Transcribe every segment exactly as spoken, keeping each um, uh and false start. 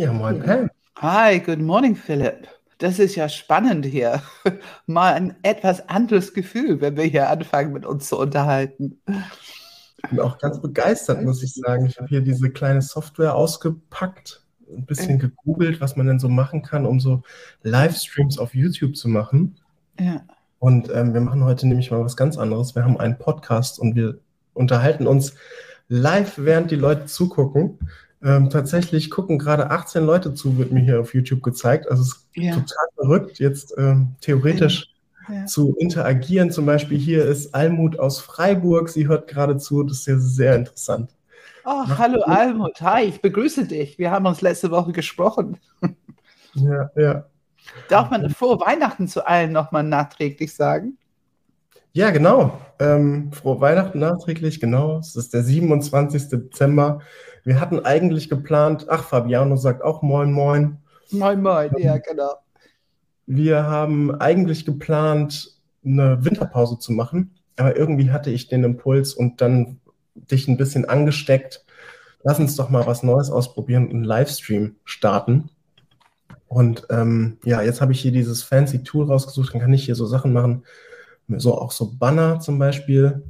Ja, moin Pam. Hi, good morning, Philipp. Das ist ja spannend hier. Mal ein etwas anderes Gefühl, wenn wir hier anfangen, mit uns zu unterhalten. Ich bin auch ganz begeistert, muss ich sagen. Ich habe hier diese kleine Software ausgepackt, ein bisschen gegoogelt, was man denn so machen kann, um so Livestreams auf YouTube zu machen. Ja. Und ähm, wir machen heute nämlich mal was ganz anderes. Wir haben einen Podcast und wir unterhalten uns live, während die Leute zugucken. Ähm, tatsächlich gucken gerade achtzehn Leute zu, wird mir hier auf YouTube gezeigt. Also es ist Ja. total verrückt, jetzt ähm, theoretisch Ja. zu interagieren. Zum Beispiel hier ist Almut aus Freiburg. Sie hört gerade zu. Das ist ja sehr interessant. Oh, Macht hallo Sinn. Almut. Hi, ich begrüße dich. Wir haben uns letzte Woche gesprochen. Ja, ja. Darf man frohe Weihnachten zu allen nochmal nachträglich sagen? Ja, genau. Ähm, frohe Weihnachten nachträglich, genau. Es ist der siebenundzwanzigste Dezember. Wir hatten eigentlich geplant, ach, Fabiano sagt auch Moin Moin. Moin, moin. Ja, genau. Wir haben eigentlich geplant, eine Winterpause zu machen, aber irgendwie hatte ich den Impuls und dann dich ein bisschen angesteckt. Lass uns doch mal was Neues ausprobieren und einen Livestream starten. Und ähm, ja, jetzt habe ich hier dieses fancy Tool rausgesucht, dann kann ich hier so Sachen machen, so auch so Banner zum Beispiel.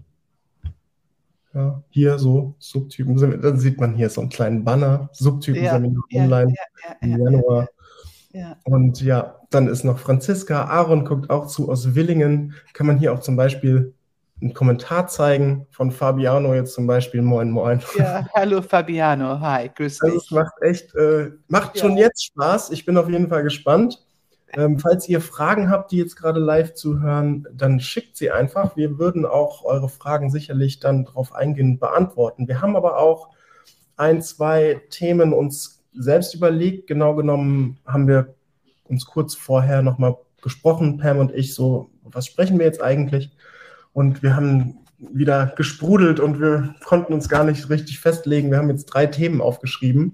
Ja, hier so Subtypen, dann sieht man hier so einen kleinen Banner, Subtypen-Seminar Ja, ja, online ja, im ja, Januar. ja. Und ja, dann ist noch Franziska, Aaron guckt auch zu aus Willingen. Kann man hier auch zum Beispiel einen Kommentar zeigen von Fabiano jetzt zum Beispiel, Moin Moin. Ja, hallo Fabiano. Hi, grüß Also es dich. macht echt, äh, macht Ja. schon jetzt Spaß. Ich bin auf jeden Fall gespannt. Ähm, falls ihr Fragen habt, die jetzt gerade live zuhören, dann schickt sie einfach. Wir würden auch eure Fragen sicherlich dann darauf eingehen und beantworten. Wir haben aber auch ein, zwei Themen uns selbst überlegt. Genau genommen haben wir uns kurz vorher nochmal gesprochen, Pam und ich, so, was sprechen wir jetzt eigentlich? Und wir haben wieder gesprudelt und wir konnten uns gar nicht richtig festlegen. Wir haben jetzt drei Themen aufgeschrieben.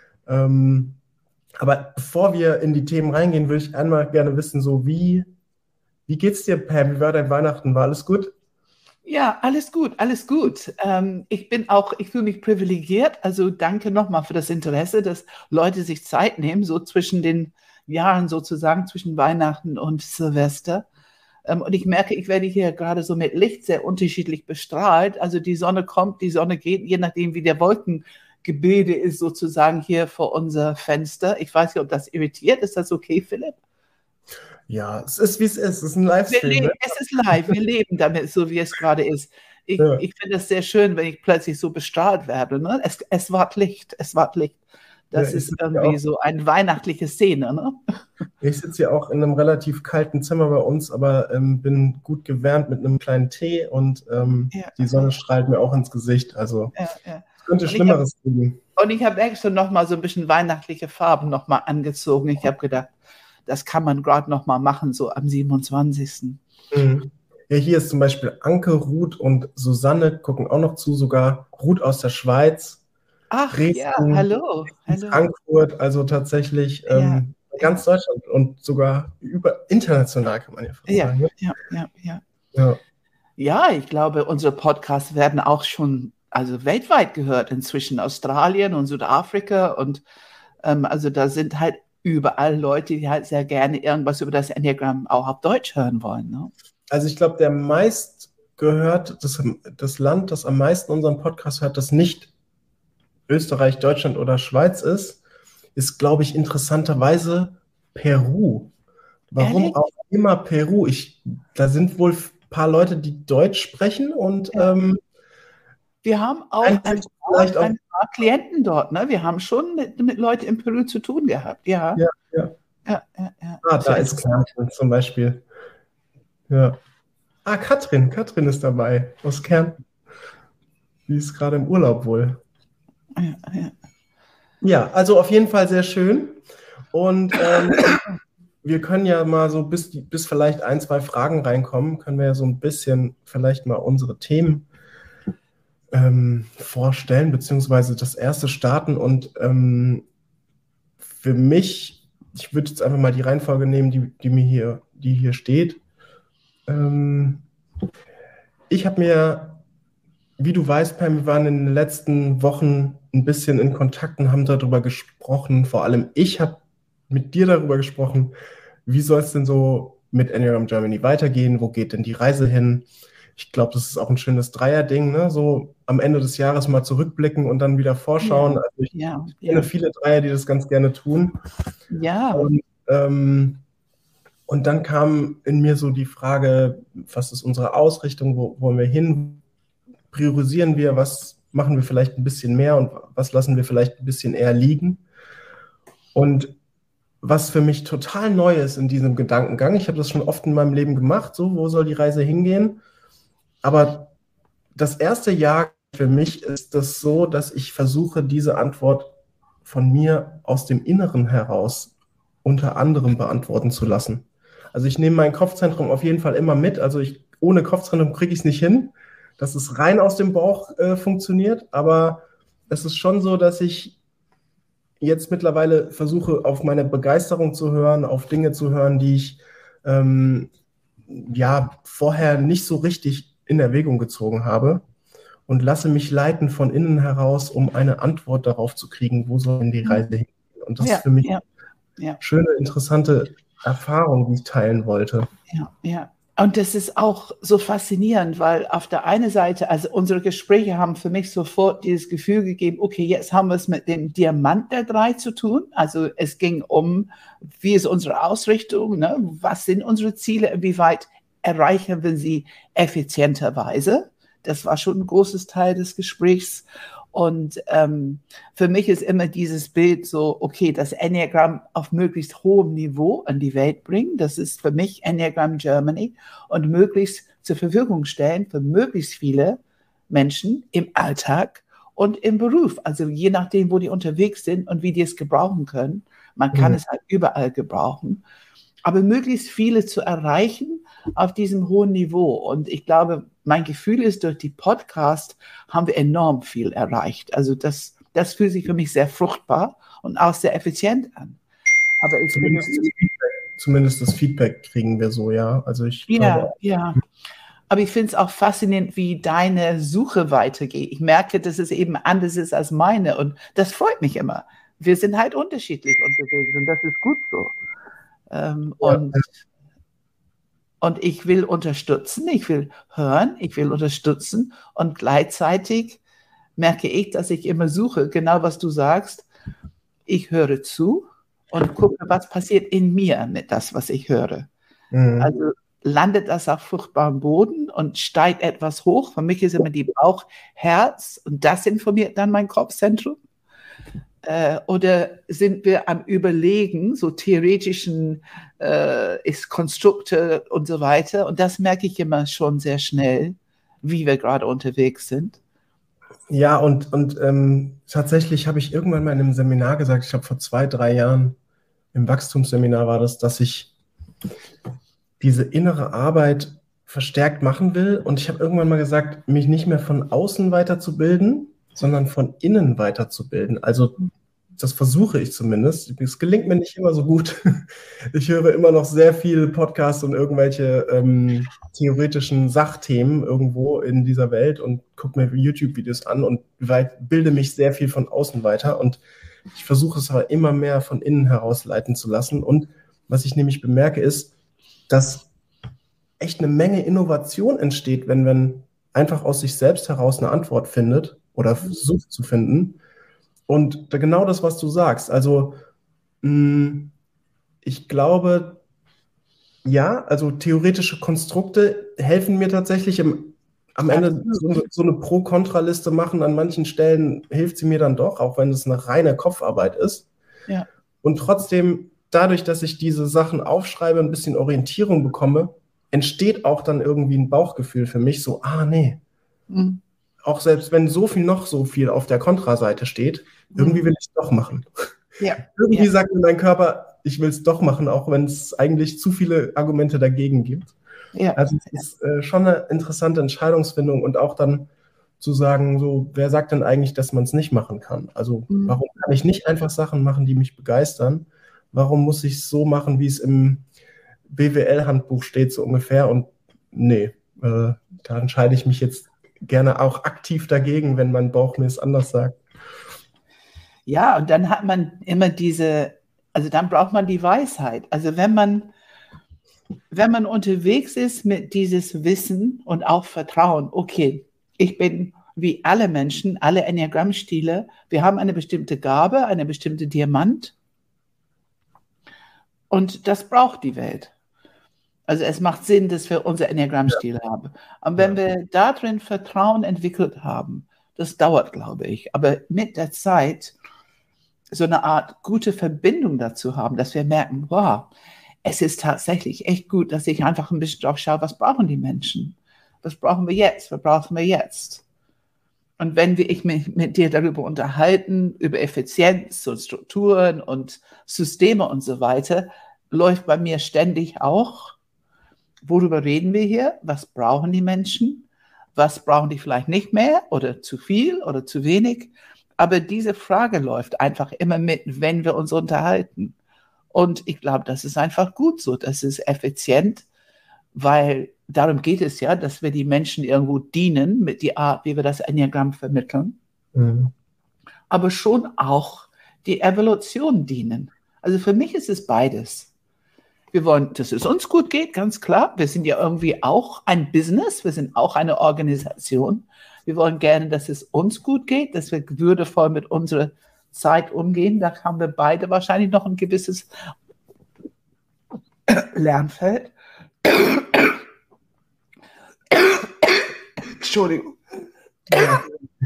Ähm, aber bevor wir in die Themen reingehen, würde ich einmal gerne wissen, so wie, wie geht's dir, Pam? Wie war dein Weihnachten? War alles gut? Ja, alles gut, alles gut. Ähm, ich bin auch, ich fühle mich privilegiert. Also danke nochmal für das Interesse, dass Leute sich Zeit nehmen, so zwischen den Jahren sozusagen, zwischen Weihnachten und Silvester. Ähm, und ich merke, ich werde hier gerade so mit Licht sehr unterschiedlich bestrahlt. Also die Sonne kommt, die Sonne geht, je nachdem, wie der Wolkengebilde ist sozusagen hier vor unser Fenster. Ich weiß nicht, ob das irritiert. Ist das okay, Philipp? Ja, es ist, wie es ist. Es ist ein Wir Livestream, leben, ne? es ist live, wir leben damit, so wie es gerade ist. Ich, Ja. ich finde es sehr schön, wenn ich plötzlich so bestrahlt werde. Ne? Es, es ward Licht, es ward Licht. Ja, Das ich ist sitze ja irgendwie auch, so eine weihnachtliche Szene. Ne? ich sitze ja auch in einem relativ kalten Zimmer bei uns, aber ähm, bin gut gewärmt mit einem kleinen Tee und ähm, Ja, die Sonne strahlt mir auch ins Gesicht. Also ja, ja. es könnte Und ich habe Schlimmeres geben. und ich hab extra noch mal so ein bisschen weihnachtliche Farben noch mal angezogen. Ich habe gedacht, das kann man gerade noch mal machen, so am siebenundzwanzigsten Mhm. Ja, hier ist zum Beispiel Anke, Ruth und Susanne gucken auch noch zu, sogar Ruth aus der Schweiz, Ach ja, Dresden, hallo, hallo. Frankfurt, also tatsächlich Ja, ähm, ja, ganz Deutschland und sogar über international, kann man ja fast ja, sagen. Ne? ja, ja, ja. Ja. Ja, ich glaube, unsere Podcasts werden auch schon also weltweit gehört inzwischen. Australien und Südafrika und ähm, also da sind halt überall Leute, die halt sehr gerne irgendwas über das Enneagramm auch auf Deutsch hören wollen. Ne? Also ich glaube, der meist gehört, das, das Land, das am meisten unseren Podcast hört, das nicht Österreich, Deutschland oder Schweiz ist, ist, glaube ich, interessanterweise Peru. Warum Ehrlich? auch immer Peru? Ich, da sind wohl ein paar Leute, die Deutsch sprechen und Ja. ähm, Wir haben auch ein einzig paar, vielleicht auch. ein paar Klienten dort. Ne? Wir haben schon mit, mit Leuten in Peru zu tun gehabt. Ja, Ja, ja. ja, ja, ja. Ah, Ist ja da ist interessant. Kärnten zum Beispiel. Ja. Ah, Katrin, Katrin ist dabei aus Kärnten. Die ist gerade im Urlaub wohl. Ja, ja. Ja, also auf jeden Fall sehr schön. Und ähm, wir können ja mal so, bis, die- bis vielleicht ein, zwei Fragen reinkommen, können wir ja so ein bisschen vielleicht mal unsere Themen ähm, vorstellen, beziehungsweise das erste starten. Und ähm, für mich, ich würde jetzt einfach mal die Reihenfolge nehmen, die, die mir hier, die hier steht. Ähm, ich habe mir, wie du weißt, Pam, wir waren in den letzten Wochen ein bisschen in Kontakt und haben darüber gesprochen. Vor allem ich habe mit dir darüber gesprochen, wie soll es denn so mit Enneagram Germany weitergehen? Wo geht denn die Reise hin? Ich glaube, das ist auch ein schönes Dreier-Ding, ne? So am Ende des Jahres mal zurückblicken und dann wieder vorschauen. Ja, also ich ja, kenne ja. viele Dreier, die das ganz gerne tun. Ja. Und, ähm, und dann kam in mir so die Frage, was ist unsere Ausrichtung, wo wollen wir hin? Priorisieren wir, was machen wir vielleicht ein bisschen mehr und was lassen wir vielleicht ein bisschen eher liegen? Und was für mich total neu ist in diesem Gedankengang, ich habe das schon oft in meinem Leben gemacht, so, wo soll die Reise hingehen? Aber das erste Jahr für mich ist das so, dass ich versuche, diese Antwort von mir aus dem Inneren heraus unter anderem beantworten zu lassen. Also ich nehme mein Kopfzentrum auf jeden Fall immer mit. Also ich, ohne Kopfzentrum kriege ich es nicht hin, dass es rein aus dem Bauch äh, funktioniert. Aber es ist schon so, dass ich jetzt mittlerweile versuche, auf meine Begeisterung zu hören, auf Dinge zu hören, die ich ähm, ja vorher nicht so richtig in Erwägung gezogen habe und lasse mich leiten von innen heraus, um eine Antwort darauf zu kriegen, wo soll denn die Reise hingehen. Und das Ja, ist für mich ja, eine ja. schöne, interessante Erfahrung, die ich teilen wollte. Ja, ja. Und das ist auch so faszinierend, weil auf der einen Seite, also unsere Gespräche haben für mich sofort dieses Gefühl gegeben, okay, jetzt haben wir es mit dem Diamant der drei zu tun. Also es ging um, wie ist unsere Ausrichtung, ne? Was sind unsere Ziele, inwieweit erreichen wir sie effizienterweise. Das war schon ein großes Teil des Gesprächs. Und ähm, für mich ist immer dieses Bild so, okay, das Enneagramm auf möglichst hohem Niveau an die Welt bringen. Das ist für mich Enneagram Germany und möglichst zur Verfügung stellen für möglichst viele Menschen im Alltag und im Beruf. Also je nachdem, wo die unterwegs sind und wie die es gebrauchen können. Man kann Mhm. es halt überall gebrauchen. Aber möglichst viele zu erreichen auf diesem hohen Niveau. Und ich glaube, mein Gefühl ist, durch die Podcast haben wir enorm viel erreicht. Also das, das fühlt sich für mich sehr fruchtbar und auch sehr effizient an. Aber ich Zumindest, finde, das Feedback, zumindest das Feedback kriegen wir so, ja. Also ich ja, glaube, ja. Aber ich finde es auch faszinierend, wie deine Suche weitergeht. Ich merke, dass es eben anders ist als meine. Und das freut mich immer. Wir sind halt unterschiedlich unterwegs und das ist gut so. Ähm, ja, und, und ich will unterstützen, ich will hören, ich will unterstützen und gleichzeitig merke ich, dass ich immer suche, genau was du sagst. Ich höre zu und gucke, was passiert in mir mit das, was ich höre. Mhm. Also landet das auf fruchtbarem Boden und steigt etwas hoch. Für mich ist immer die Bauch, Herz und das informiert dann mein Kopfzentrum. Äh, oder sind wir am Überlegen, so theoretischen äh, ist Konstrukte und so weiter. Und das merke ich immer schon sehr schnell, wie wir gerade unterwegs sind. Ja, und, und ähm, tatsächlich habe ich irgendwann mal in einem Seminar gesagt, ich glaube vor zwei, drei Jahren, im Wachstumsseminar war das, dass ich diese innere Arbeit verstärkt machen will. Und ich habe irgendwann mal gesagt, mich nicht mehr von außen weiterzubilden, sondern von innen weiterzubilden. Also das versuche ich zumindest. Es gelingt mir nicht immer so gut. Ich höre immer noch sehr viel Podcasts und irgendwelche ähm, theoretischen Sachthemen irgendwo in dieser Welt und gucke mir YouTube-Videos an und weit, bilde mich sehr viel von außen weiter. Und ich versuche es aber immer mehr von innen heraus leiten zu lassen. Und was ich nämlich bemerke, ist, dass echt eine Menge Innovation entsteht, wenn man einfach aus sich selbst heraus eine Antwort findet oder versucht zu finden. Und genau das, was du sagst. Also mh, ich glaube, ja, also theoretische Konstrukte helfen mir tatsächlich im, am Ende so, so eine Pro-Kontra-Liste machen. An manchen Stellen hilft sie mir dann doch, auch wenn es eine reine Kopfarbeit ist. Ja. Und trotzdem, dadurch, dass ich diese Sachen aufschreibe, ein bisschen Orientierung bekomme, entsteht auch dann irgendwie ein Bauchgefühl für mich, so, ah, nee. Mhm. Auch selbst wenn so viel noch so viel auf der Kontraseite steht, irgendwie will ich es doch machen. Ja. Irgendwie Ja. sagt mir mein Körper, ich will es doch machen, auch wenn es eigentlich zu viele Argumente dagegen gibt. Ja. Also es ist äh, schon eine interessante Entscheidungsfindung und auch dann zu sagen, so, wer sagt denn eigentlich, dass man es nicht machen kann? Also Mhm. warum kann ich nicht einfach Sachen machen, die mich begeistern? Warum muss ich es so machen, wie es im B W L-Handbuch steht, so ungefähr? Und nee, äh, da entscheide ich mich jetzt gerne auch aktiv dagegen, wenn mein Bauch mir es anders sagt. Ja, und dann hat man immer diese, also dann braucht man die Weisheit. Also wenn man, wenn man unterwegs ist mit dieses Wissen und auch Vertrauen, okay, ich bin wie alle Menschen, alle Enneagrammstile, wir haben eine bestimmte Gabe, eine bestimmte Diamant und das braucht die Welt. Also es macht Sinn, dass wir unser Enneagrammstil ja. haben. Und wenn ja. wir darin Vertrauen entwickelt haben, das dauert, glaube ich, aber mit der Zeit so eine Art gute Verbindung dazu haben, dass wir merken, wow, es ist tatsächlich echt gut, dass ich einfach ein bisschen drauf schaue, was brauchen die Menschen? Was brauchen wir jetzt? Was brauchen wir jetzt? Und wenn wir ich mich mit dir darüber unterhalten, über Effizienz und Strukturen und Systeme und so weiter, läuft bei mir ständig auch, worüber reden wir hier? Was brauchen die Menschen? Was brauchen die vielleicht nicht mehr oder zu viel oder zu wenig? Aber diese Frage läuft einfach immer mit, wenn wir uns unterhalten. Und ich glaube, das ist einfach gut so. Das ist effizient, weil darum geht es ja, dass wir die Menschen irgendwo dienen mit der Art, wie wir das Enneagramm vermitteln. Mhm. Aber schon auch die Evolution dienen. Also für mich ist es beides. Wir wollen, dass es uns gut geht, ganz klar. Wir sind ja irgendwie auch ein Business. Wir sind auch eine Organisation. Wir wollen gerne, dass es uns gut geht, dass wir würdevoll mit unserer Zeit umgehen. Da haben wir beide wahrscheinlich noch ein gewisses Lernfeld. Entschuldigung. Ja.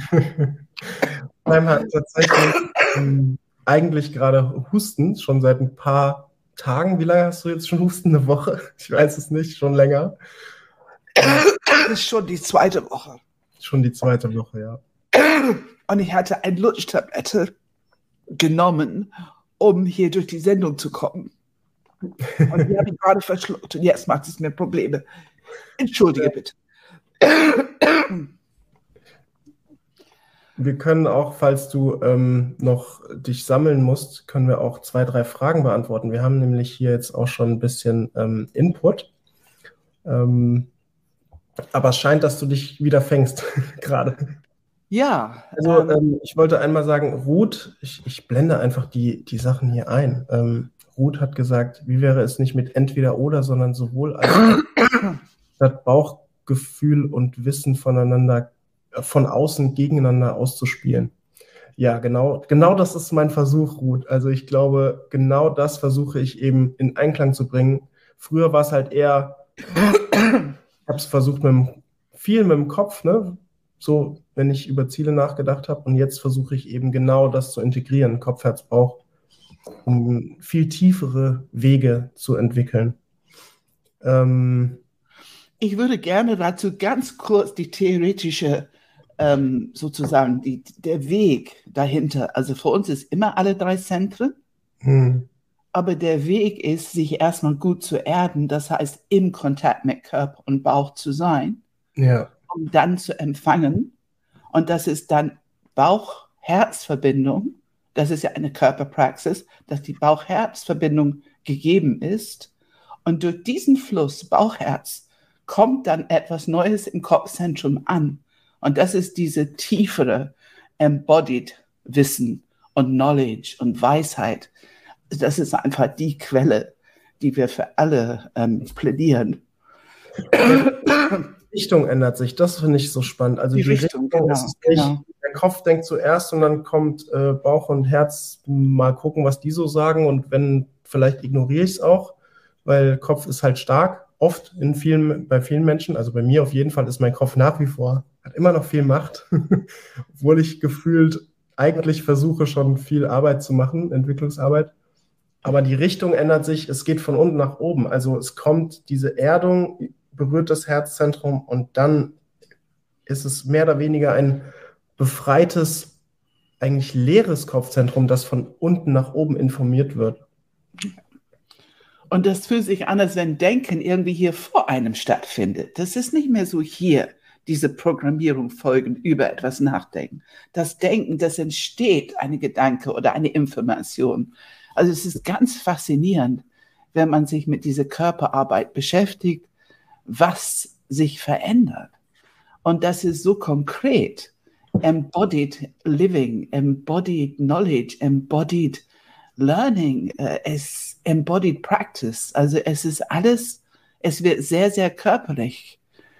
Beim hat tatsächlich ähm, eigentlich gerade Husten, schon seit ein paar Tagen. Wie lange hast du jetzt schon Husten? Eine Woche? Ich weiß es nicht, schon länger. Das ist schon die zweite Woche. Schon die zweite Woche, ja. Und ich hatte eine Lutschtablette genommen, um hier durch die Sendung zu kommen. Und die habe ich gerade verschluckt. Und jetzt macht es mir Probleme. Entschuldige ja. bitte. Wir können auch, falls du ähm, noch dich sammeln musst, können wir auch zwei, drei Fragen beantworten. Wir haben nämlich hier jetzt auch schon ein bisschen ähm, Input. Ähm, aber es scheint, dass du dich wieder fängst gerade. Ja. Also ähm, ich wollte einmal sagen, Ruth, ich, ich blende einfach die, die Sachen hier ein. Ähm, Ruth hat gesagt, wie wäre es nicht mit entweder oder, sondern sowohl als das Bauchgefühl und Wissen voneinander, von außen gegeneinander auszuspielen. Ja, genau, genau das ist mein Versuch, Ruth. Also ich glaube, genau das versuche ich eben in Einklang zu bringen. Früher war es halt eher, ich habe es versucht, mit dem, viel mit dem Kopf, ne? So, wenn ich über Ziele nachgedacht habe. Und jetzt versuche ich eben genau das zu integrieren, Kopf, Herz, Bauch, um viel tiefere Wege zu entwickeln. Ähm, ich würde gerne dazu ganz kurz die theoretische, ähm, sozusagen, die, der Weg dahinter. Also für uns ist immer alle drei Zentren, hm. aber der Weg ist, sich erstmal gut zu erden, das heißt, im Kontakt mit Körper und Bauch zu sein. Ja. Um dann zu empfangen. Und das ist dann Bauch-Herz-Verbindung. Das ist ja eine Körperpraxis, dass die Bauch-Herz-Verbindung gegeben ist. Und durch diesen Fluss Bauch-Herz kommt dann etwas Neues im Kopfzentrum an. Und das ist diese tiefere Embodied Wissen und Knowledge und Weisheit. Das ist einfach die Quelle, die wir für alle ähm, plädieren. Die Richtung ändert sich, das finde ich so spannend. Also die, die Richtung, Richtung genau, ist es nicht, genau. Der Kopf denkt zuerst und dann kommt äh, Bauch und Herz, mal gucken, was die so sagen, und wenn, vielleicht ignoriere ich es auch, weil Kopf ist halt stark, oft in vielen, bei vielen Menschen, also bei mir auf jeden Fall ist mein Kopf nach wie vor, hat immer noch viel Macht, obwohl ich gefühlt eigentlich versuche, schon viel Arbeit zu machen, Entwicklungsarbeit. Aber die Richtung ändert sich, es geht von unten nach oben, also es kommt diese Erdung, berührt das Herzzentrum und dann ist es mehr oder weniger ein befreites, eigentlich leeres Kopfzentrum, das von unten nach oben informiert wird. Und das fühlt sich an, als wenn Denken irgendwie hier vor einem stattfindet. Das ist nicht mehr so hier, diese Programmierung folgen, über etwas nachdenken. Das Denken, das entsteht, eine Gedanke oder eine Information. Also es ist ganz faszinierend, wenn man sich mit dieser Körperarbeit beschäftigt, was sich verändert. Und das ist so konkret embodied living, embodied knowledge, embodied learning, äh, es embodied practice. Also es ist alles, es wird sehr, sehr körperlich.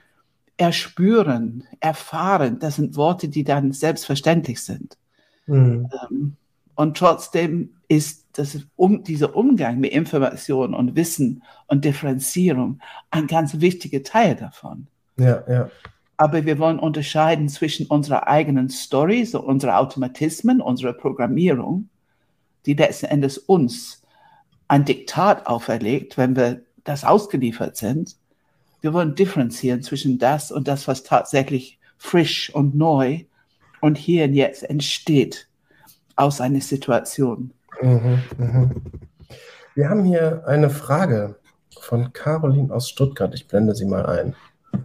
Erspüren, erfahren, das sind Worte, die dann selbstverständlich sind. Mhm. Ähm, und trotzdem ist das, um, dieser Umgang mit Information und Wissen und Differenzierung ein ganz wichtiger Teil davon. Ja, ja. Aber wir wollen unterscheiden zwischen unserer eigenen Story, so unsere Automatismen, unserer Programmierung, die letzten Endes uns ein Diktat auferlegt, wenn wir das ausgeliefert sind. Wir wollen differenzieren zwischen das und das, was tatsächlich frisch und neu und hier und jetzt entsteht aus einer Situation. Mhm, mhm. Wir haben hier eine Frage von Caroline aus Stuttgart. Ich blende sie mal ein.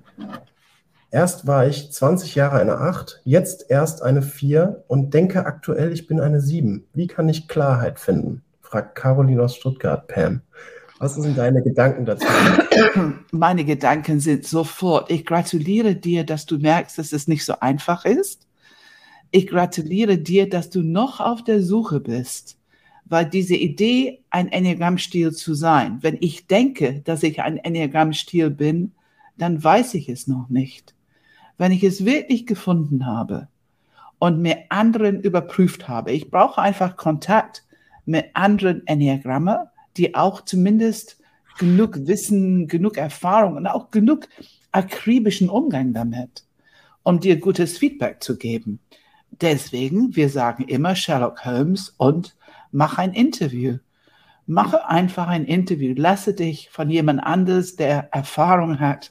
Erst war ich zwanzig Jahre eine acht, jetzt erst eine vier und denke aktuell, ich bin eine sieben. Wie kann ich Klarheit finden? Fragt Caroline aus Stuttgart, Pam. Was sind deine Gedanken dazu? Meine Gedanken sind sofort, ich gratuliere dir, dass du merkst, dass es nicht so einfach ist. Ich gratuliere dir, dass du noch auf der Suche bist, weil diese Idee, ein Enneagrammstil zu sein, wenn ich denke, dass ich ein Enneagrammstil bin, dann weiß ich es noch nicht. Wenn ich es wirklich gefunden habe und mit anderen überprüft habe, ich brauche einfach Kontakt mit anderen Enneagrammen, die auch zumindest genug Wissen, genug Erfahrung und auch genug akribischen Umgang damit, um dir gutes Feedback zu geben. Deswegen, wir sagen immer Sherlock Holmes und mach ein Interview. Mache einfach ein Interview. Lasse dich von jemand anderes, der Erfahrung hat,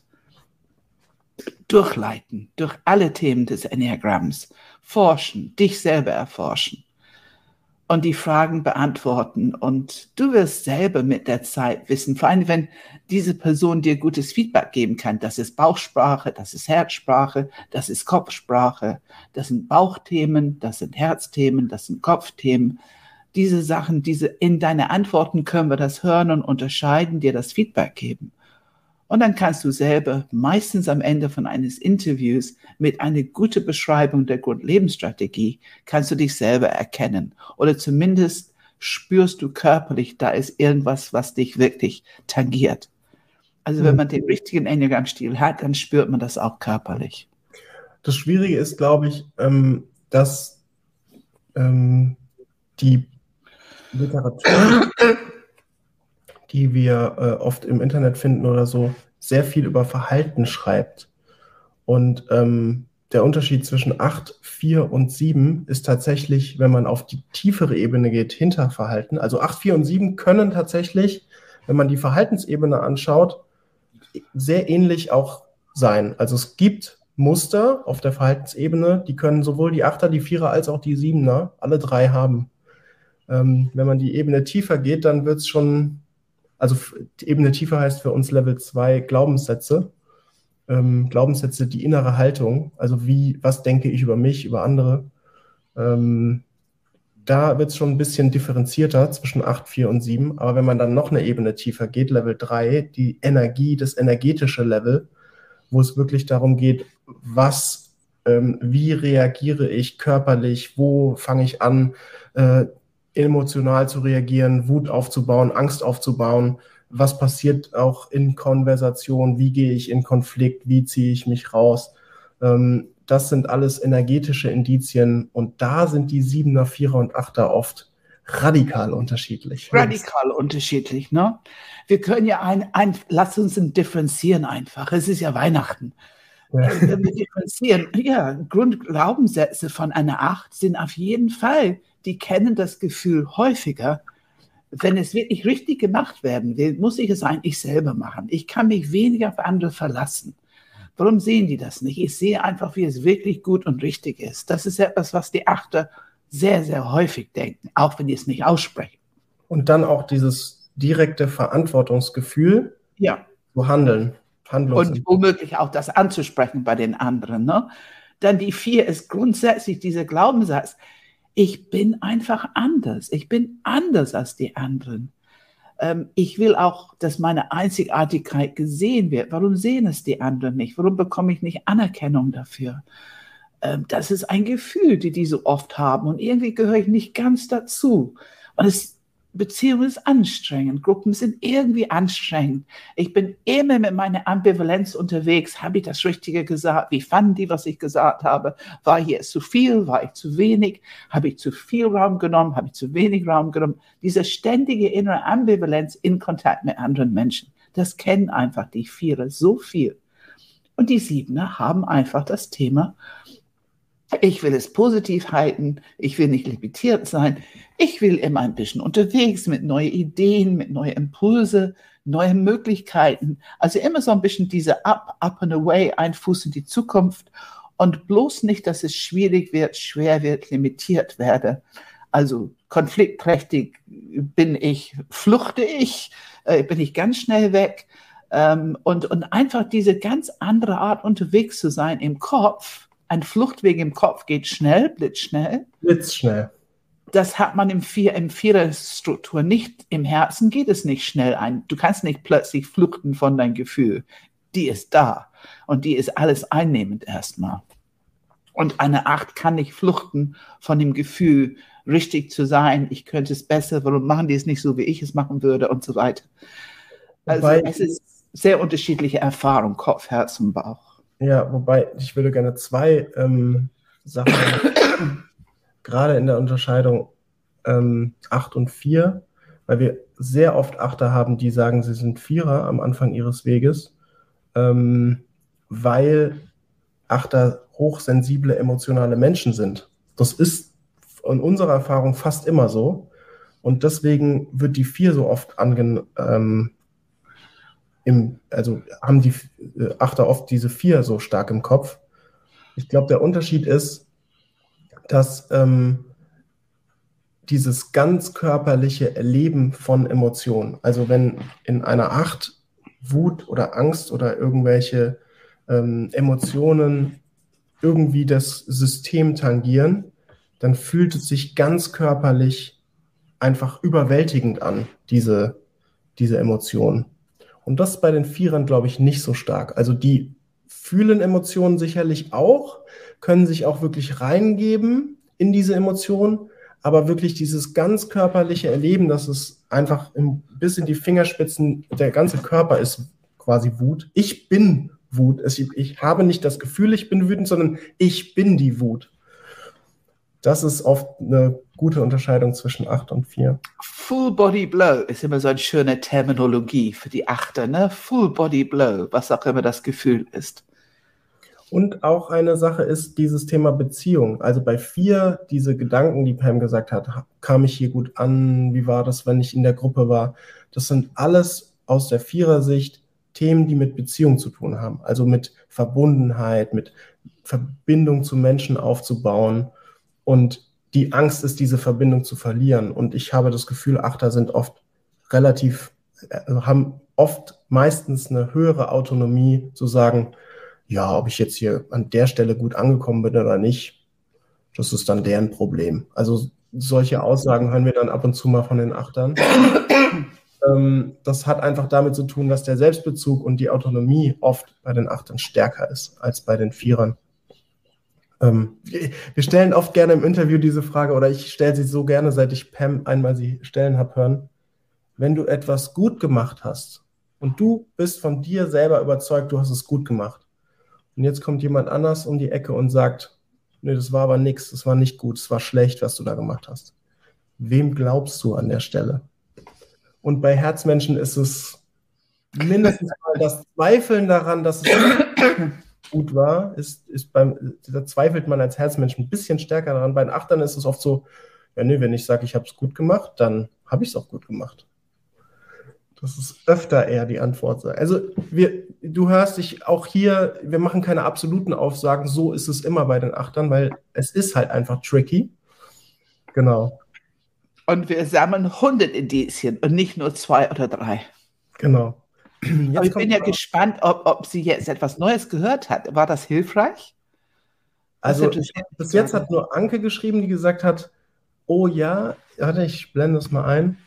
durchleiten, durch alle Themen des Enneagramms. Forschen, dich selber erforschen. Und die Fragen beantworten. Und du wirst selber mit der Zeit wissen, vor allem wenn diese Person dir gutes Feedback geben kann. Das ist Bauchsprache, das ist Herzsprache, das ist Kopfsprache, das sind Bauchthemen, das sind Herzthemen, das sind Kopfthemen. Diese Sachen, diese in deine Antworten können wir das hören und unterscheiden, dir das Feedback geben. Und dann kannst du selber meistens am Ende von eines Interviews mit einer guten Beschreibung der Grundlebensstrategie kannst du dich selber erkennen. Oder zumindest spürst du körperlich, da ist irgendwas, was dich wirklich tangiert. Also wenn man den richtigen Enneagramm-Stil hat, dann spürt man das auch körperlich. Das Schwierige ist, glaube ich, dass die Literatur, die wir äh, oft im Internet finden oder so, sehr viel über Verhalten schreibt. Und ähm, der Unterschied zwischen acht, vier und sieben ist tatsächlich, wenn man auf die tiefere Ebene geht, hinter Verhalten. Also acht, vier und sieben können tatsächlich, wenn man die Verhaltensebene anschaut, sehr ähnlich auch sein. Also es gibt Muster auf der Verhaltensebene, die können sowohl die Achter, die Vierer als auch die Siebener alle drei haben. Ähm, wenn man die Ebene tiefer geht, dann wird es schon... Also die Ebene tiefer heißt für uns Level zwei Glaubenssätze. Ähm, Glaubenssätze, die innere Haltung. Also wie, was denke ich über mich, über andere. Ähm, da wird es schon ein bisschen differenzierter zwischen acht, vier und sieben. Aber wenn man dann noch eine Ebene tiefer geht, Level drei, die Energie, das energetische Level, wo es wirklich darum geht, was, ähm, wie reagiere ich körperlich, wo fange ich an, äh, emotional zu reagieren, Wut aufzubauen, Angst aufzubauen, was passiert auch in Konversation, wie gehe ich in Konflikt, wie ziehe ich mich raus. Ähm, das sind alles energetische Indizien und da sind die Siebener, Vierer und Achter oft radikal unterschiedlich. Radikal unterschiedlich, ne? Wir können ja ein, ein lass uns differenzieren einfach. Es ist ja Weihnachten. Ja. Wenn wir differenzieren, ja, Grundglaubenssätze von einer Acht sind auf jeden Fall, die kennen das Gefühl häufiger, wenn es wirklich richtig gemacht werden will, muss ich es eigentlich selber machen. Ich kann mich weniger auf andere verlassen. Warum sehen die das nicht? Ich sehe einfach, wie es wirklich gut und richtig ist. Das ist etwas, was die Achter sehr, sehr häufig denken, auch wenn die es nicht aussprechen. Und dann auch dieses direkte Verantwortungsgefühl, ja, zu handeln. Und womöglich auch das anzusprechen bei den anderen. Ne? Dann die Vier ist grundsätzlich dieser Glaubenssatz, ich bin einfach anders. Ich bin anders als die anderen. Ähm, ich will auch, dass meine Einzigartigkeit gesehen wird. Warum sehen es die anderen nicht? Warum bekomme ich nicht Anerkennung dafür? Das ist ein Gefühl, die die so oft haben. Und irgendwie gehöre ich nicht ganz dazu. Und es, Beziehungen ist anstrengend. Gruppen sind irgendwie anstrengend. Ich bin immer mit meiner Ambivalenz unterwegs. Habe ich das Richtige gesagt? Wie fanden die, was ich gesagt habe? War hier zu viel? War ich zu wenig? Habe ich zu viel Raum genommen? Habe ich zu wenig Raum genommen? Diese ständige innere Ambivalenz in Kontakt mit anderen Menschen. Das kennen einfach die Vierer so viel. Und die Siebener haben einfach das Thema, ich will es positiv halten, ich will nicht limitiert sein, ich will immer ein bisschen unterwegs mit neuen Ideen, mit neuen Impulse, neuen Möglichkeiten. Also immer so ein bisschen diese up, up and away, ein Fuß in die Zukunft und bloß nicht, dass es schwierig wird, schwer wird, limitiert werde. Also konfliktträchtig bin ich, fluchte ich, äh, bin ich ganz schnell weg. Ähm, und, und einfach diese ganz andere Art unterwegs zu sein im Kopf. Ein Fluchtweg im Kopf geht schnell, blitzschnell. Blitzschnell. Das hat man im, Vier, im Viererstruktur nicht. Im Herzen geht es nicht schnell ein. Du kannst nicht plötzlich flüchten von deinem Gefühl. Die ist da. Und die ist alles einnehmend erstmal. Und eine Acht kann nicht fluchten von dem Gefühl, richtig zu sein. Ich könnte es besser. Warum machen die es nicht so, wie ich es machen würde und so weiter. Also wobei, es ist sehr unterschiedliche Erfahrung, Kopf, Herz und Bauch. Ja, wobei ich würde gerne zwei ähm, Sachen gerade in der Unterscheidung ähm, acht und vier, weil wir sehr oft Achter haben, die sagen, sie sind Vierer am Anfang ihres Weges, ähm, weil Achter hochsensible, emotionale Menschen sind. Das ist in unserer Erfahrung fast immer so und deswegen wird die vier so oft ange, ähm, Im, also haben die Achter oft diese vier so stark im Kopf. Ich glaube, der Unterschied ist, dass ähm, dieses ganz körperliche Erleben von Emotionen, also wenn in einer Acht Wut oder Angst oder irgendwelche ähm, Emotionen irgendwie das System tangieren, dann fühlt es sich ganz körperlich einfach überwältigend an, diese, diese Emotionen. Und das ist bei den Vierern, glaube ich, nicht so stark. Also die fühlen Emotionen sicherlich auch, können sich auch wirklich reingeben in diese Emotionen, aber wirklich dieses ganz körperliche Erleben, dass es einfach im, bis in die Fingerspitzen, der ganze Körper ist quasi Wut. Ich bin Wut. Ich, ich habe nicht das Gefühl, ich bin wütend, sondern ich bin die Wut. Das ist oft eine gute Unterscheidung zwischen acht und vier. Full Body Blow ist immer so eine schöne Terminologie für die Achter, ne? Full Body Blow, was auch immer das Gefühl ist. Und auch eine Sache ist dieses Thema Beziehung. Also bei vier, diese Gedanken, die Pam gesagt hat, kam ich hier gut an, wie war das, wenn ich in der Gruppe war? Das sind alles aus der Vierersicht Themen, die mit Beziehung zu tun haben. Also mit Verbundenheit, mit Verbindung zu Menschen aufzubauen. Und die Angst ist, diese Verbindung zu verlieren. Und ich habe das Gefühl, Achter sind oft relativ, also haben oft meistens eine höhere Autonomie zu sagen, ja, ob ich jetzt hier an der Stelle gut angekommen bin oder nicht, das ist dann deren Problem. Also solche Aussagen hören wir dann ab und zu mal von den Achtern. ähm, das hat einfach damit zu tun, dass der Selbstbezug und die Autonomie oft bei den Achtern stärker ist als bei den Vierern. Ähm, wir stellen oft gerne im Interview diese Frage, oder ich stelle sie so gerne, seit ich Pam einmal sie stellen habe hören. Wenn du etwas gut gemacht hast und du bist von dir selber überzeugt, du hast es gut gemacht, und jetzt kommt jemand anders um die Ecke und sagt, nee, das war aber nichts, das war nicht gut, es war schlecht, was du da gemacht hast. Wem glaubst du an der Stelle? Und bei Herzmenschen ist es mindestens mal das Zweifeln daran, dass es gut war, ist, ist beim, da zweifelt man als Herzmensch ein bisschen stärker daran. Bei den Achtern ist es oft so, ja, nee, wenn ich sage, ich habe es gut gemacht, dann habe ich es auch gut gemacht. Das ist öfter eher die Antwort. Also wir, du hörst dich auch hier, wir machen keine absoluten Aussagen, so ist es immer bei den Achtern, weil es ist halt einfach tricky. Genau. Und wir sammeln hundert Indizien und nicht nur zwei oder drei. Genau. Jetzt Aber ich bin ja gespannt, ob, ob sie jetzt etwas Neues gehört hat. War das hilfreich? Also ich, bis jetzt hat nur Anke geschrieben, die gesagt hat, oh ja, warte, ich blende das mal ein.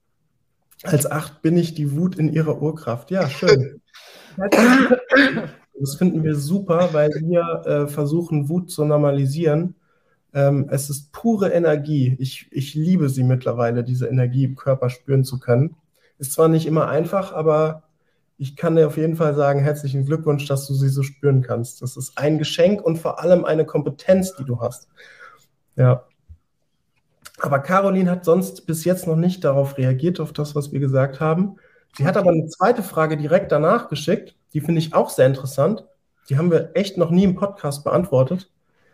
Als Acht bin ich die Wut in ihrer Urkraft. Ja, schön. Das finden wir super, weil wir äh, versuchen, Wut zu normalisieren. Ähm, es ist pure Energie. Ich, ich liebe sie mittlerweile, diese Energie im Körper spüren zu können. Ist zwar nicht immer einfach, aber ich kann dir auf jeden Fall sagen, herzlichen Glückwunsch, dass du sie so spüren kannst. Das ist ein Geschenk und vor allem eine Kompetenz, die du hast. Ja. Aber Caroline hat sonst bis jetzt noch nicht darauf reagiert, auf das, was wir gesagt haben. Sie okay. hat aber eine zweite Frage direkt danach geschickt. Die finde ich auch sehr interessant. Die haben wir echt noch nie im Podcast beantwortet.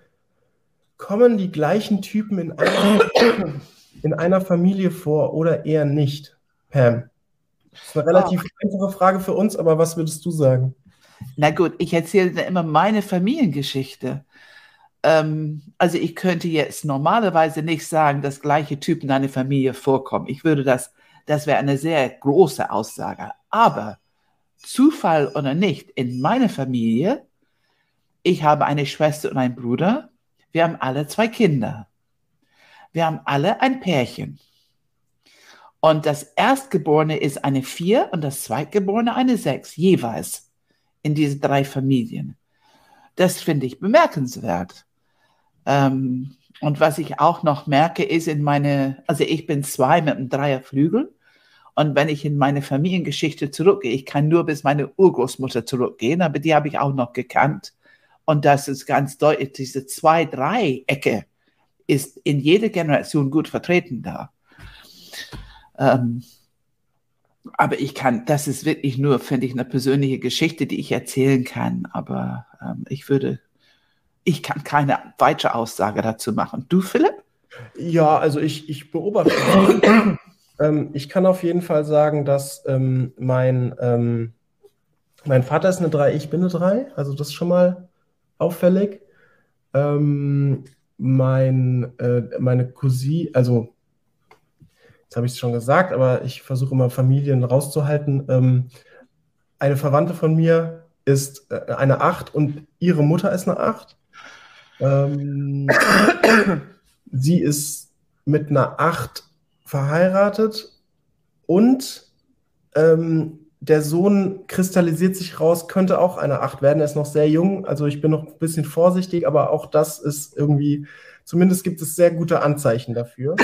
Kommen die gleichen Typen in einer, in einer Familie vor oder eher nicht? Pam. Das ist eine relativ oh. einfache Frage für uns, aber was würdest du sagen? Na gut, ich erzähle immer meine Familiengeschichte. Ähm, also ich könnte jetzt normalerweise nicht sagen, dass gleiche Typen in einer Familie vorkommen. Ich würde das, das wäre eine sehr große Aussage. Aber Zufall oder nicht, in meiner Familie, ich habe eine Schwester und einen Bruder, wir haben alle zwei Kinder. Wir haben alle ein Pärchen. Und das Erstgeborene ist eine vier und das Zweitgeborene eine sechs, jeweils in diese drei Familien. Das finde ich bemerkenswert. Ähm, und was ich auch noch merke, ist in meine, also ich bin zwei mit einem Dreierflügel. Und wenn ich in meine Familiengeschichte zurückgehe, ich kann nur bis meine Urgroßmutter zurückgehen, aber die habe ich auch noch gekannt. Und das ist ganz deutlich, diese zwei, drei Ecke ist in jeder Generation gut vertreten da. Ähm, aber ich kann, das ist wirklich nur, finde ich, eine persönliche Geschichte, die ich erzählen kann. Aber ähm, ich würde, ich kann keine weitere Aussage dazu machen. Du, Philipp? Ja, also ich, ich beobachte. ähm, ich kann auf jeden Fall sagen, dass ähm, mein, ähm, mein Vater ist eine drei, ich bin eine drei. Also das ist schon mal auffällig. Ähm, mein, äh, meine Cousine, also jetzt habe ich es schon gesagt, aber ich versuche immer Familien rauszuhalten. Ähm, eine Verwandte von mir ist äh, eine acht und ihre Mutter ist eine acht. Ähm, sie ist mit einer acht verheiratet und ähm, der Sohn kristallisiert sich raus, könnte auch eine acht werden. Er ist noch sehr jung, also ich bin noch ein bisschen vorsichtig, aber auch das ist irgendwie, zumindest gibt es sehr gute Anzeichen dafür.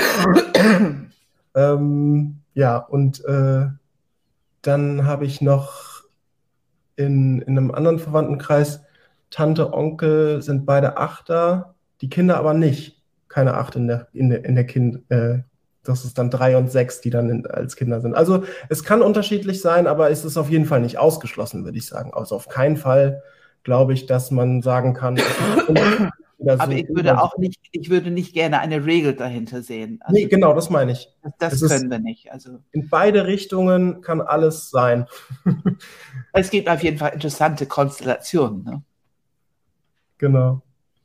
ähm, ja, und äh, dann habe ich noch in, in einem anderen Verwandtenkreis, Tante, Onkel sind beide Achter, die Kinder aber nicht. Keine Acht in der, in der, in der Kind, äh, das ist dann drei und sechs, die dann in, als Kinder sind. Also es kann unterschiedlich sein, aber es ist auf jeden Fall nicht ausgeschlossen, würde ich sagen. Also auf keinen Fall glaube ich, dass man sagen kann, aber so ich würde auch nicht, ich würde nicht gerne eine Regel dahinter sehen. Also nee, genau, das meine ich. Das, das können wir nicht. Also in beide Richtungen kann alles sein. Es gibt auf jeden Fall interessante Konstellationen. Ne? Genau.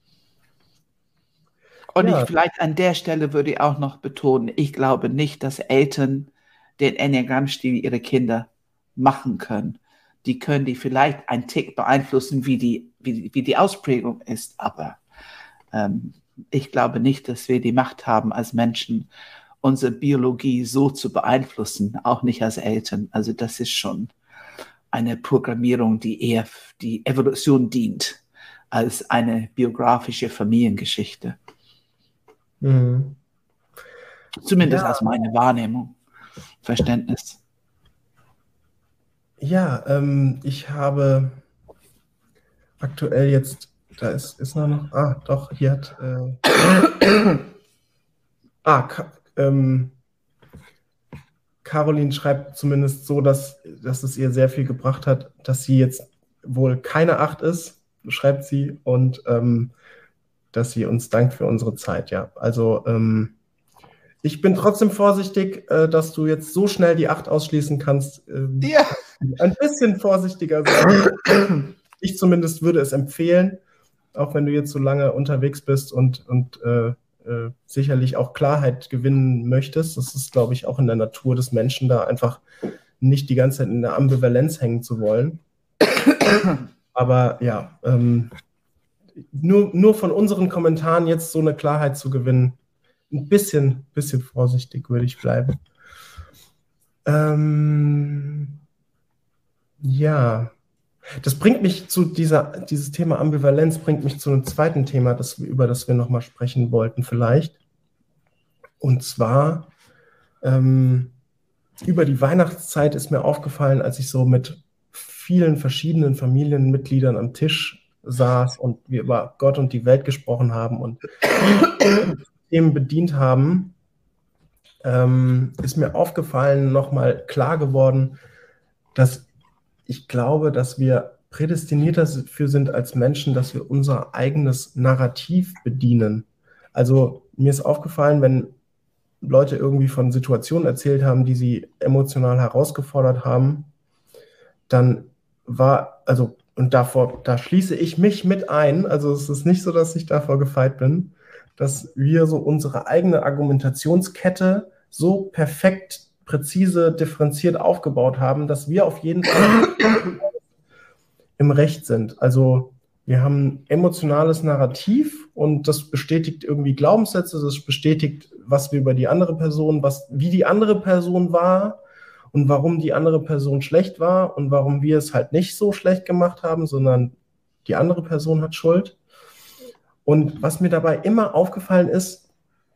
Und ja. ich vielleicht an der Stelle würde ich auch noch betonen, ich glaube nicht, dass Eltern den Enneagramm-Stil ihrer Kinder machen können. Die können die vielleicht einen Tick beeinflussen, wie die, wie, wie die Ausprägung ist, aber ähm, ich glaube nicht, dass wir die Macht haben, als Menschen unsere Biologie so zu beeinflussen, auch nicht als Eltern. Also das ist schon eine Programmierung, die eher die Evolution dient, als eine biografische Familiengeschichte. Mhm. Zumindest ja. aus meiner Wahrnehmung, Verständnis. Ja, ähm, ich habe aktuell jetzt, da ist, ist noch, ah, doch, hier hat, äh, ah, Ka ähm, Caroline schreibt zumindest so, dass, dass es ihr sehr viel gebracht hat, dass sie jetzt wohl keine acht ist, schreibt sie, und ähm, dass sie uns dankt für unsere Zeit, ja. Also, ähm, ich bin trotzdem vorsichtig, äh, dass du jetzt so schnell die acht ausschließen kannst. Ähm, ja. Ein bisschen vorsichtiger sein. Ich zumindest würde es empfehlen, auch wenn du jetzt so lange unterwegs bist und, und äh, äh, sicherlich auch Klarheit gewinnen möchtest. Das ist, glaube ich, auch in der Natur des Menschen, da einfach nicht die ganze Zeit in der Ambivalenz hängen zu wollen. Aber ja, ähm, nur, nur von unseren Kommentaren jetzt so eine Klarheit zu gewinnen, ein bisschen, bisschen vorsichtig würde ich bleiben. Ähm, ja, Das bringt mich zu dieser, dieses Thema Ambivalenz bringt mich zu einem zweiten Thema, das, über das wir nochmal sprechen wollten vielleicht. Und zwar ähm, über die Weihnachtszeit ist mir aufgefallen, als ich so mit vielen verschiedenen Familienmitgliedern am Tisch saß und wir über Gott und die Welt gesprochen haben und Themen bedient haben, ähm, ist mir aufgefallen, nochmal klar geworden, dass ich glaube, dass wir prädestiniert dafür sind als Menschen, dass wir unser eigenes Narrativ bedienen. Also mir ist aufgefallen, wenn Leute irgendwie von Situationen erzählt haben, die sie emotional herausgefordert haben, dann war, also, und davor, da schließe ich mich mit ein, also es ist nicht so, dass ich davor gefeit bin, dass wir so unsere eigene Argumentationskette so perfekt, präzise, differenziert aufgebaut haben, dass wir auf jeden Fall im Recht sind. Also wir haben ein emotionales Narrativ und das bestätigt irgendwie Glaubenssätze, das bestätigt, was wir über die andere Person, was, wie die andere Person war und warum die andere Person schlecht war und warum wir es halt nicht so schlecht gemacht haben, sondern die andere Person hat Schuld. Und was mir dabei immer aufgefallen ist,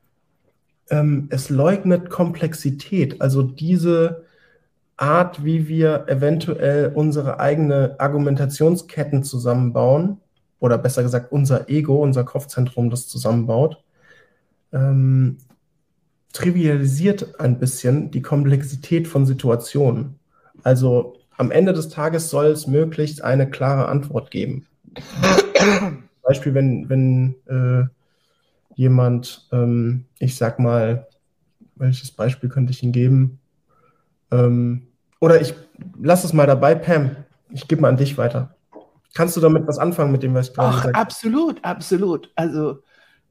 ähm, es leugnet Komplexität, also diese Art, wie wir eventuell unsere eigene Argumentationsketten zusammenbauen, oder besser gesagt unser Ego, unser Kopfzentrum, das zusammenbaut, ähm, trivialisiert ein bisschen die Komplexität von Situationen. Also am Ende des Tages soll es möglichst eine klare Antwort geben. Zum Beispiel, wenn, wenn äh, jemand, ähm, ich sag mal, welches Beispiel könnte ich Ihnen geben? Ähm, oder ich lass es mal dabei, Pam. Ich gebe mal an dich weiter. Kannst du damit was anfangen mit dem, was ich gerade Ach, gesagt habe? absolut, absolut. Also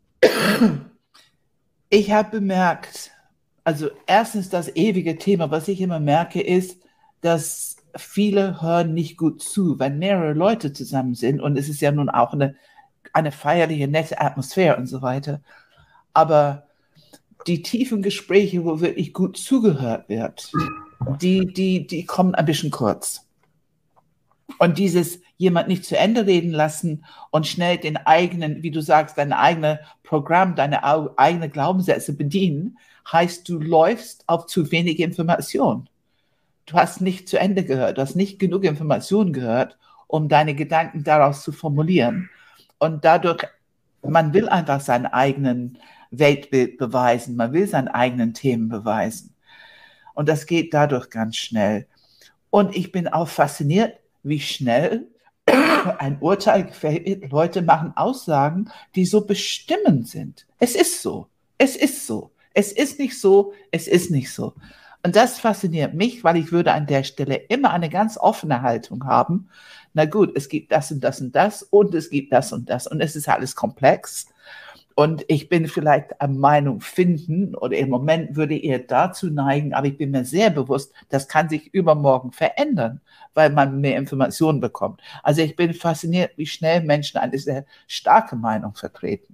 ich habe bemerkt, also erstens das ewige Thema, was ich immer merke, ist, dass viele hören nicht gut zu, wenn mehrere Leute zusammen sind und es ist ja nun auch eine, eine feierliche, nette Atmosphäre und so weiter. Aber die tiefen Gespräche, wo wirklich gut zugehört wird, die, die, die kommen ein bisschen kurz. Und dieses jemand nicht zu Ende reden lassen und schnell den eigenen, wie du sagst, dein eigenes Programm, deine eigenen Glaubenssätze bedienen, heißt, du läufst auf zu wenig Information. Du hast nicht zu Ende gehört, du hast nicht genug Information gehört, um deine Gedanken daraus zu formulieren. Und dadurch, man will einfach seinen eigenen Weltbild beweisen, man will seinen eigenen Themen beweisen. Und das geht dadurch ganz schnell. Und ich bin auch fasziniert, wie schnell ein Urteil gefällt. Leute machen Aussagen, die so bestimmend sind. Es ist so, es ist so, es ist nicht so, es ist nicht so. Und das fasziniert mich, weil ich würde an der Stelle immer eine ganz offene Haltung haben. Na gut, es gibt das und das und das und es gibt das und das und es ist alles komplex. Und ich bin vielleicht an Meinung finden oder im Moment würde eher dazu neigen, aber ich bin mir sehr bewusst, das kann sich übermorgen verändern, weil man mehr Informationen bekommt. Also ich bin fasziniert, wie schnell Menschen eine sehr starke Meinung vertreten.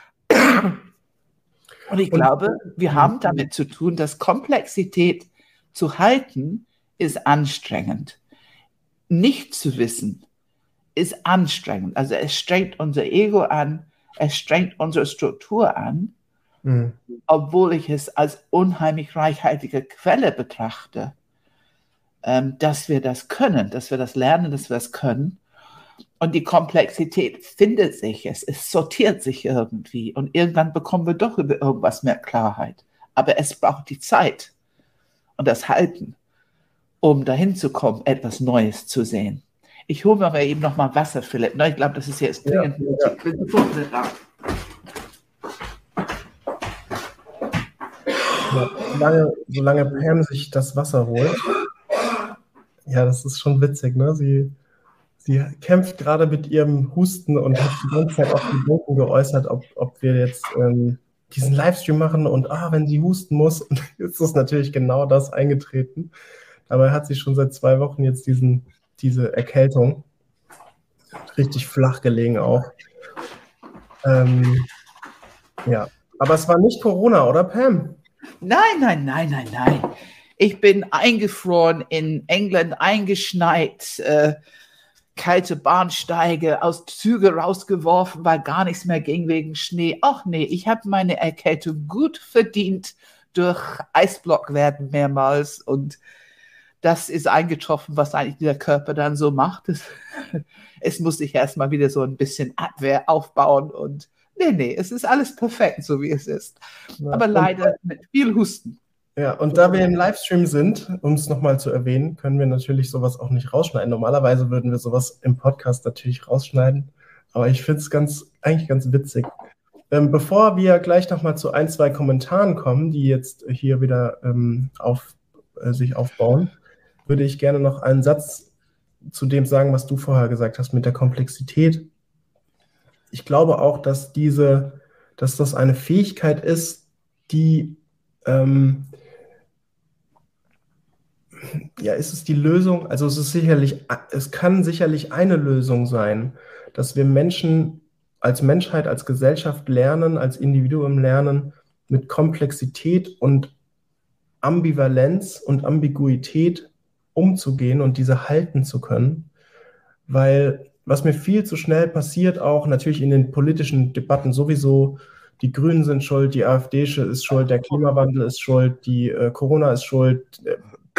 Und ich Und, glaube, wir haben damit zu tun, dass Komplexität zu halten ist anstrengend. Nicht zu wissen ist anstrengend. Also es strengt unser Ego an, es strengt unsere Struktur an, mhm. obwohl ich es als unheimlich reichhaltige Quelle betrachte, ähm, dass wir das können, dass wir das lernen, dass wir das können. Und die Komplexität findet sich, es, es sortiert sich irgendwie und irgendwann bekommen wir doch über irgendwas mehr Klarheit. Aber es braucht die Zeit und das Halten, um dahin zu kommen, etwas Neues zu sehen. Ich hole mir aber eben noch mal Wasser, Philipp. Ich glaube, das ist jetzt dringend. Ja, ja. Ich bin sofort da. Ja, solange, solange Pam sich das Wasser holt. Ja, das ist schon witzig, ne? Sie, sie kämpft gerade mit ihrem Husten und hat die ganze Zeit auch die Boten geäußert, ob, ob wir jetzt ähm, diesen Livestream machen und ah, wenn sie husten muss. Und jetzt ist natürlich genau das eingetreten. Dabei hat sie schon seit zwei Wochen jetzt diesen diese Erkältung. Richtig flach gelegen auch. Ähm, ja, aber es war nicht Corona, oder Pam? Nein, nein, nein, nein, nein. Ich bin eingefroren in England, eingeschneit. Äh, kalte Bahnsteige, aus Züge rausgeworfen, weil gar nichts mehr ging wegen Schnee. Ach nee, ich habe meine Erkältung gut verdient durch Eisblock werden mehrmals und das ist eingetroffen, was eigentlich der Körper dann so macht. Es, es muss sich erstmal wieder so ein bisschen Abwehr aufbauen und nee, nee, es ist alles perfekt, so wie es ist. Ja, aber leider mit viel Husten. Ja, und da wir im Livestream sind, um es nochmal zu erwähnen, können wir natürlich sowas auch nicht rausschneiden. Normalerweise würden wir sowas im Podcast natürlich rausschneiden, aber ich finde es ganz, eigentlich ganz witzig. Ähm, bevor wir gleich nochmal zu ein, zwei Kommentaren kommen, die jetzt hier wieder ähm, auf, äh, sich aufbauen, würde ich gerne noch einen Satz zu dem sagen, was du vorher gesagt hast mit der Komplexität. Ich glaube auch, dass diese, dass das eine Fähigkeit ist, die ähm, ja, ist es die Lösung? Also es ist sicherlich, es kann sicherlich eine Lösung sein, dass wir Menschen als Menschheit, als Gesellschaft lernen, als Individuum lernen, mit Komplexität und Ambivalenz und Ambiguität umzugehen und diese halten zu können. Weil was mir viel zu schnell passiert, auch natürlich in den politischen Debatten sowieso, die Grünen sind schuld, die AfD ist schuld, der Klimawandel ist schuld, die äh, Corona ist schuld, äh,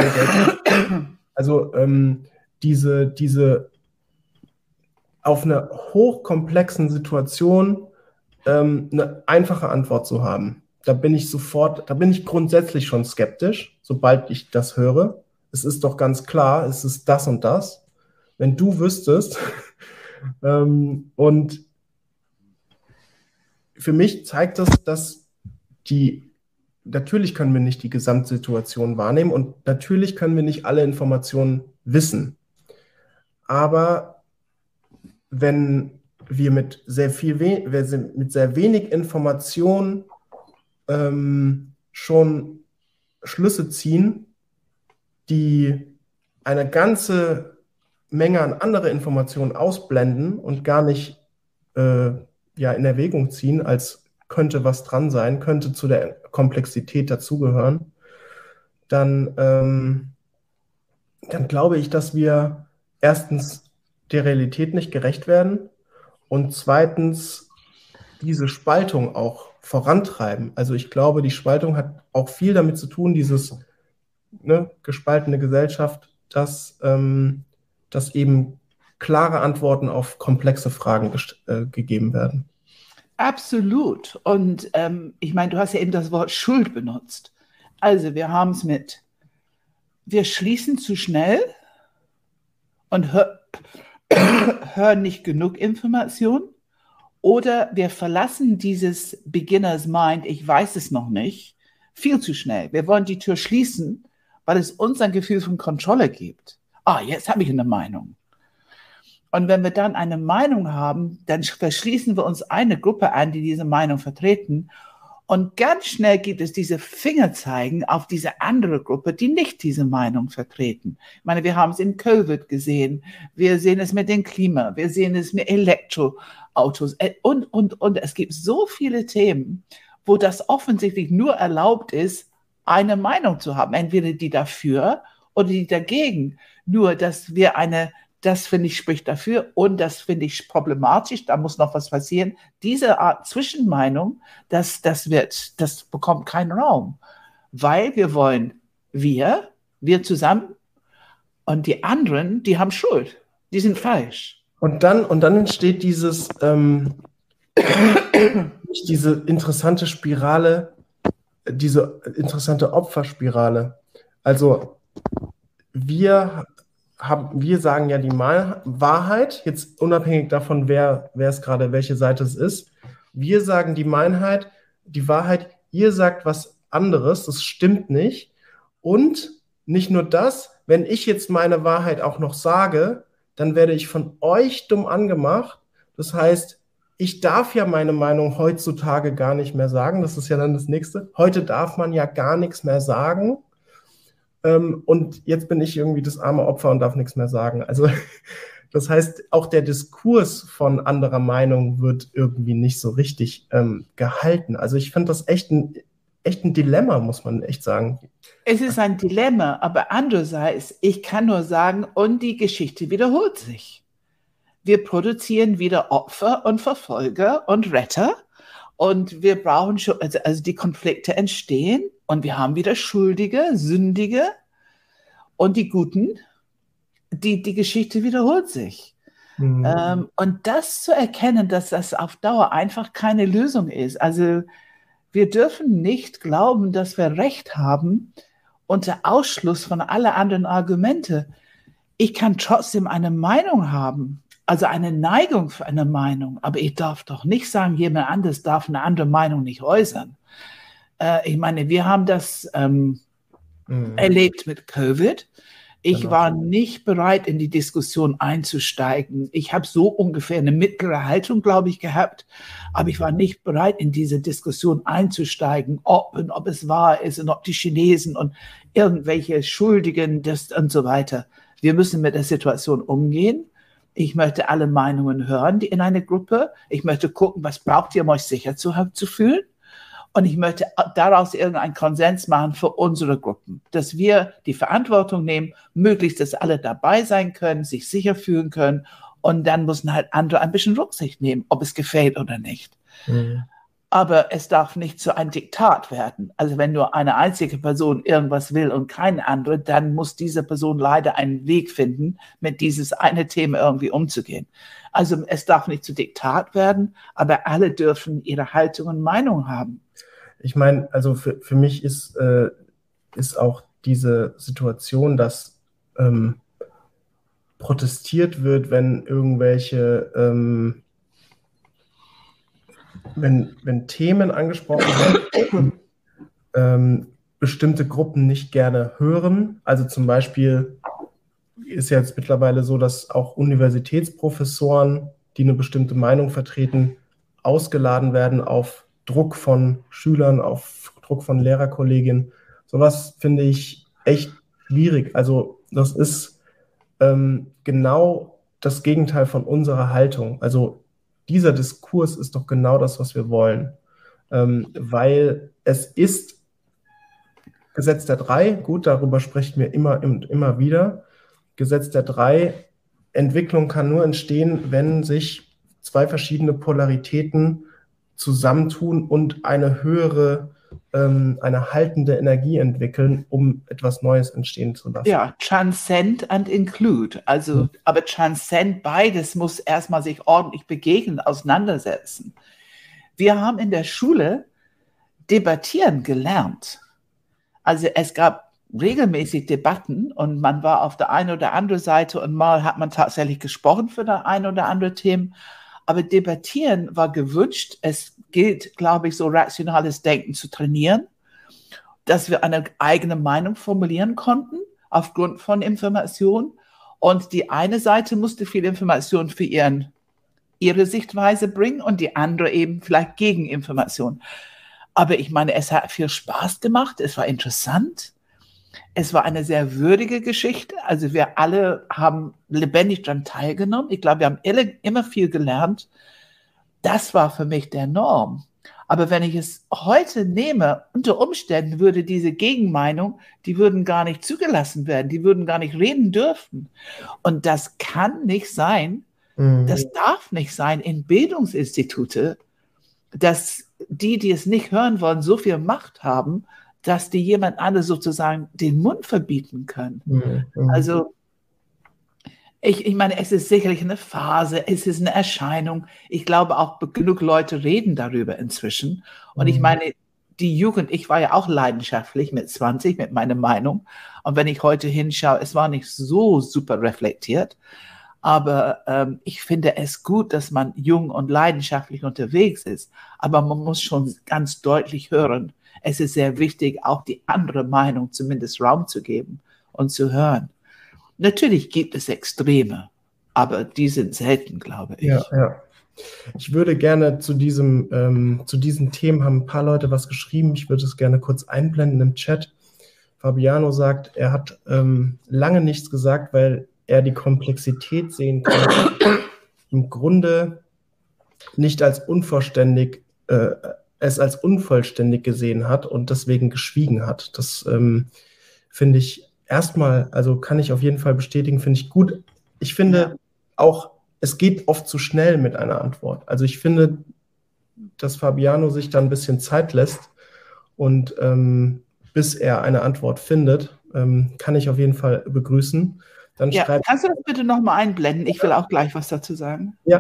also ähm, diese, diese auf einer hochkomplexen Situation ähm, eine einfache Antwort zu haben. Da bin ich sofort, da bin ich grundsätzlich schon skeptisch, sobald ich das höre. Es ist doch ganz klar, es ist das und das. Wenn du wüsstest, ähm, und für mich zeigt das, dass die Natürlich können wir nicht die Gesamtsituation wahrnehmen und natürlich können wir nicht alle Informationen wissen. Aber wenn wir mit sehr viel we- mit sehr wenig Information ähm, schon Schlüsse ziehen, die eine ganze Menge an andere Informationen ausblenden und gar nicht äh, ja, in Erwägung ziehen, als könnte was dran sein, könnte zu der Komplexität dazugehören, dann, ähm, dann glaube ich, dass wir erstens der Realität nicht gerecht werden und zweitens diese Spaltung auch vorantreiben. Also ich glaube, die Spaltung hat auch viel damit zu tun, dieses ne, gespaltene Gesellschaft, dass, ähm, dass eben klare Antworten auf komplexe Fragen äh, gegeben werden. Absolut. Und ähm, ich meine, du hast ja eben das Wort Schuld benutzt. Also wir haben es mit, wir schließen zu schnell und hör, hören nicht genug Information oder wir verlassen dieses Beginner's Mind, ich weiß es noch nicht, viel zu schnell. Wir wollen die Tür schließen, weil es uns ein Gefühl von Kontrolle gibt. Ah, jetzt habe ich eine Meinung. Und wenn wir dann eine Meinung haben, dann verschließen wir uns eine Gruppe an, die diese Meinung vertreten. Und ganz schnell gibt es diese Fingerzeigen auf diese andere Gruppe, die nicht diese Meinung vertreten. Ich meine, wir haben es in Covid gesehen. Wir sehen es mit dem Klima. Wir sehen es mit Elektroautos und, und, und. Es gibt so viele Themen, wo das offensichtlich nur erlaubt ist, eine Meinung zu haben. Entweder die dafür oder die dagegen. Nur, dass wir eine Das finde ich spricht dafür und das finde ich problematisch, da muss noch was passieren. Diese Art Zwischenmeinung, das, das wird, das bekommt keinen Raum, weil wir wollen, wir, wir zusammen und die anderen, die haben Schuld, die sind falsch. Und dann, und dann entsteht dieses, ähm, diese interessante Spirale, diese interessante Opferspirale. Also wir Haben, wir sagen ja die Mal- Wahrheit, jetzt unabhängig davon, wer, wer es gerade, welche Seite es ist. Wir sagen die Meinheit, die Wahrheit, ihr sagt was anderes, das stimmt nicht. Und nicht nur das, wenn ich jetzt meine Wahrheit auch noch sage, dann werde ich von euch dumm angemacht. Das heißt, ich darf ja meine Meinung heutzutage gar nicht mehr sagen. Das ist ja dann das Nächste. Heute darf man ja gar nichts mehr sagen. Ähm, und jetzt bin ich irgendwie das arme Opfer und darf nichts mehr sagen. Also das heißt, auch der Diskurs von anderer Meinung wird irgendwie nicht so richtig ähm, gehalten. Also ich finde das echt ein, echt ein Dilemma, muss man echt sagen. Es ist ein Dilemma, aber andererseits, ich kann nur sagen, und die Geschichte wiederholt sich. wir produzieren wieder Opfer und Verfolger und Retter. Und wir brauchen schon, also, also die Konflikte entstehen und wir haben wieder Schuldige, Sündige und die Guten. Die, die Geschichte wiederholt sich. Mhm. Ähm, und das zu erkennen, dass das auf Dauer einfach keine Lösung ist. Also wir dürfen nicht glauben, dass wir Recht haben unter Ausschluss von allen anderen Argumente. Ich kann trotzdem eine Meinung haben, also eine Neigung für eine Meinung, aber ich darf doch nicht sagen, jemand anderes darf eine andere Meinung nicht äußern. Äh, ich meine, wir haben das ähm, mhm. erlebt mit Covid. Ich war nicht bereit, in die Diskussion einzusteigen. Ich habe so ungefähr eine mittlere Haltung, glaube ich, gehabt, aber ich war nicht bereit, in diese Diskussion einzusteigen, ob und ob es wahr ist und ob die Chinesen und irgendwelche Schuldigen das und so weiter. Wir müssen mit der Situation umgehen. Ich möchte alle Meinungen hören, die in einer Gruppe. Ich möchte gucken, was braucht ihr, um euch sicher zu, zu fühlen. Und ich möchte daraus irgendeinen Konsens machen für unsere Gruppen, dass wir die Verantwortung nehmen, möglichst, dass alle dabei sein können, sich sicher fühlen können. Und dann müssen halt andere ein bisschen Rücksicht nehmen, ob es gefällt oder nicht. Mhm. Aber es darf nicht zu einem Diktat werden. Also wenn nur eine einzige Person irgendwas will und keine andere, dann muss diese Person leider einen Weg finden, mit dieses eine Thema irgendwie umzugehen. Also es darf nicht zu Diktat werden, aber alle dürfen ihre Haltung und Meinung haben. Ich meine, also für, für mich ist, äh, ist auch diese Situation, dass ähm, protestiert wird, wenn irgendwelche, ähm, wenn, wenn Themen angesprochen werden, ähm, bestimmte Gruppen nicht gerne hören. Also zum Beispiel ist ja jetzt mittlerweile so, dass auch Universitätsprofessoren, die eine bestimmte Meinung vertreten, ausgeladen werden auf Druck von Schülern, auf Druck von Lehrerkolleginnen. Sowas finde ich echt schwierig. Also das ist ähm, genau das Gegenteil von unserer Haltung. Also dieser Diskurs ist doch genau das, was wir wollen. Ähm, weil es ist Gesetz der Drei, gut, darüber sprechen wir immer und immer wieder. Gesetz der Drei, Entwicklung kann nur entstehen, wenn sich zwei verschiedene Polaritäten zusammentun und eine höhere, ähm, eine haltende Energie entwickeln, um etwas Neues entstehen zu lassen. Ja, transcend and include. Also, ja. Aber transcend, beides muss erstmal sich ordentlich begegnen, auseinandersetzen. Wir haben in der Schule debattieren gelernt. Also es gab regelmäßig Debatten und man war auf der einen oder anderen Seite und mal hat man tatsächlich gesprochen für das ein oder andere Thema. Aber debattieren war gewünscht. Es gilt, glaube ich, so rationales Denken zu trainieren, dass wir eine eigene Meinung formulieren konnten aufgrund von Informationen. Und die eine Seite musste viel Information für ihren, ihre Sichtweise bringen und die andere eben vielleicht Gegeninformation. Aber ich meine, es hat viel Spaß gemacht. Es war interessant. Es war eine sehr würdige Geschichte. Also wir alle haben lebendig daran teilgenommen. Ich glaube, wir haben immer viel gelernt. Das war für mich der Norm. Aber wenn ich es heute nehme, unter Umständen würde diese Gegenmeinung, die würden gar nicht zugelassen werden. Die würden gar nicht reden dürfen. Und das kann nicht sein. Mhm. Das darf nicht sein in Bildungsinstitute, dass die, die es nicht hören wollen, so viel Macht haben, dass die jemand anderes sozusagen den Mund verbieten können. Mhm. Also ich, ich meine, es ist sicherlich eine Phase, es ist eine Erscheinung. Ich glaube auch, genug Leute reden darüber inzwischen. Und mhm. ich meine, die Jugend, ich war ja auch leidenschaftlich mit zwanzig, mit meiner Meinung. Und wenn ich heute hinschaue, es war nicht so super reflektiert. Aber ähm, ich finde es gut, dass man jung und leidenschaftlich unterwegs ist. Aber man muss schon ganz deutlich hören, es ist sehr wichtig, auch die andere Meinung zumindest Raum zu geben und zu hören. Natürlich gibt es Extreme, aber die sind selten, glaube ich. Ja, ja. Ich würde gerne zu diesem, ähm, zu diesen Themen, haben ein paar Leute was geschrieben, ich würde es gerne kurz einblenden im Chat. Fabiano sagt, er hat ähm, lange nichts gesagt, weil er die Komplexität sehen kann, im Grunde nicht als unvollständig, äh, es als unvollständig gesehen hat und deswegen geschwiegen hat. Das ähm, finde ich erstmal, also kann ich auf jeden Fall bestätigen, finde ich gut. Ich finde ja. auch es geht oft zu schnell mit einer Antwort. Also ich finde, dass Fabiano sich da ein bisschen Zeit lässt und ähm, bis er eine Antwort findet, ähm, kann ich auf jeden Fall begrüßen. Dann Ja, schreibt, kannst du das bitte nochmal einblenden? Ich will auch gleich was dazu sagen. ja,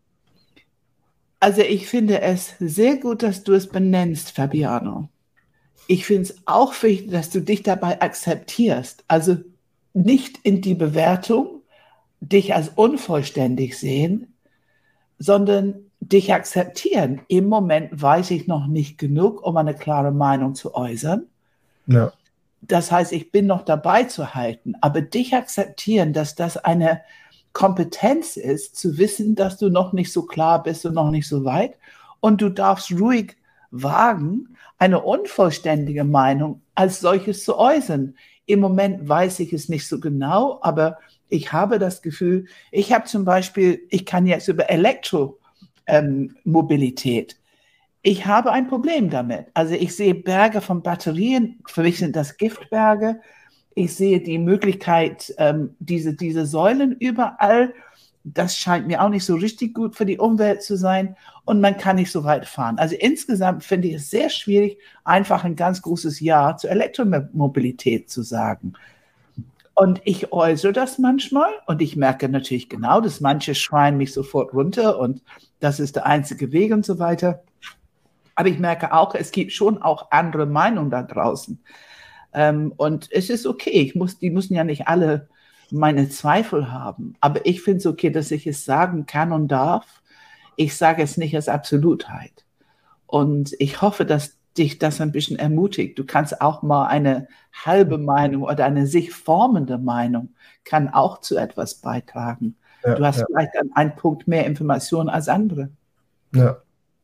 Also ich finde es sehr gut, dass du es benennst, Fabiano. Ich finde es auch wichtig, dass du dich dabei akzeptierst. Also nicht in die Bewertung, dich als unvollständig sehen, sondern dich akzeptieren. Im Moment weiß ich noch nicht genug, um eine klare Meinung zu äußern. ja, Das heißt, ich bin noch dabei zu halten, aber dich akzeptieren, dass das eine Kompetenz ist, zu wissen, dass du noch nicht so klar bist und noch nicht so weit. Und du darfst ruhig wagen, eine unvollständige Meinung als solches zu äußern. Im Moment weiß ich es nicht so genau, aber ich habe das Gefühl, ich habe zum Beispiel, ich kann jetzt über Elektromobilität, ähm, ich habe ein Problem damit. Also ich sehe Berge von Batterien, für mich sind das Giftberge. Ich sehe die Möglichkeit, ähm, diese, diese Säulen überall. Das scheint mir auch nicht so richtig gut für die Umwelt zu sein. Und man kann nicht so weit fahren. Also insgesamt finde ich es sehr schwierig, einfach ein ganz großes Ja zur Elektromobilität zu sagen. Und ich äußere das manchmal und ich merke natürlich genau, dass manche schreien mich sofort runter und das ist der einzige Weg und so weiter. Aber ich merke auch, es gibt schon auch andere Meinungen da draußen. Ähm, und es ist okay, ich muss, die müssen ja nicht alle meine Zweifel haben. Aber ich finde es okay, dass ich es sagen kann und darf. Ich sage es nicht als Absolutheit. Und ich hoffe, dass dich das ein bisschen ermutigt. Du kannst auch mal eine halbe Meinung oder eine sich formende Meinung kann auch zu etwas beitragen. ja, Du hast ja, vielleicht an einem Punkt mehr Informationen als andere. ja.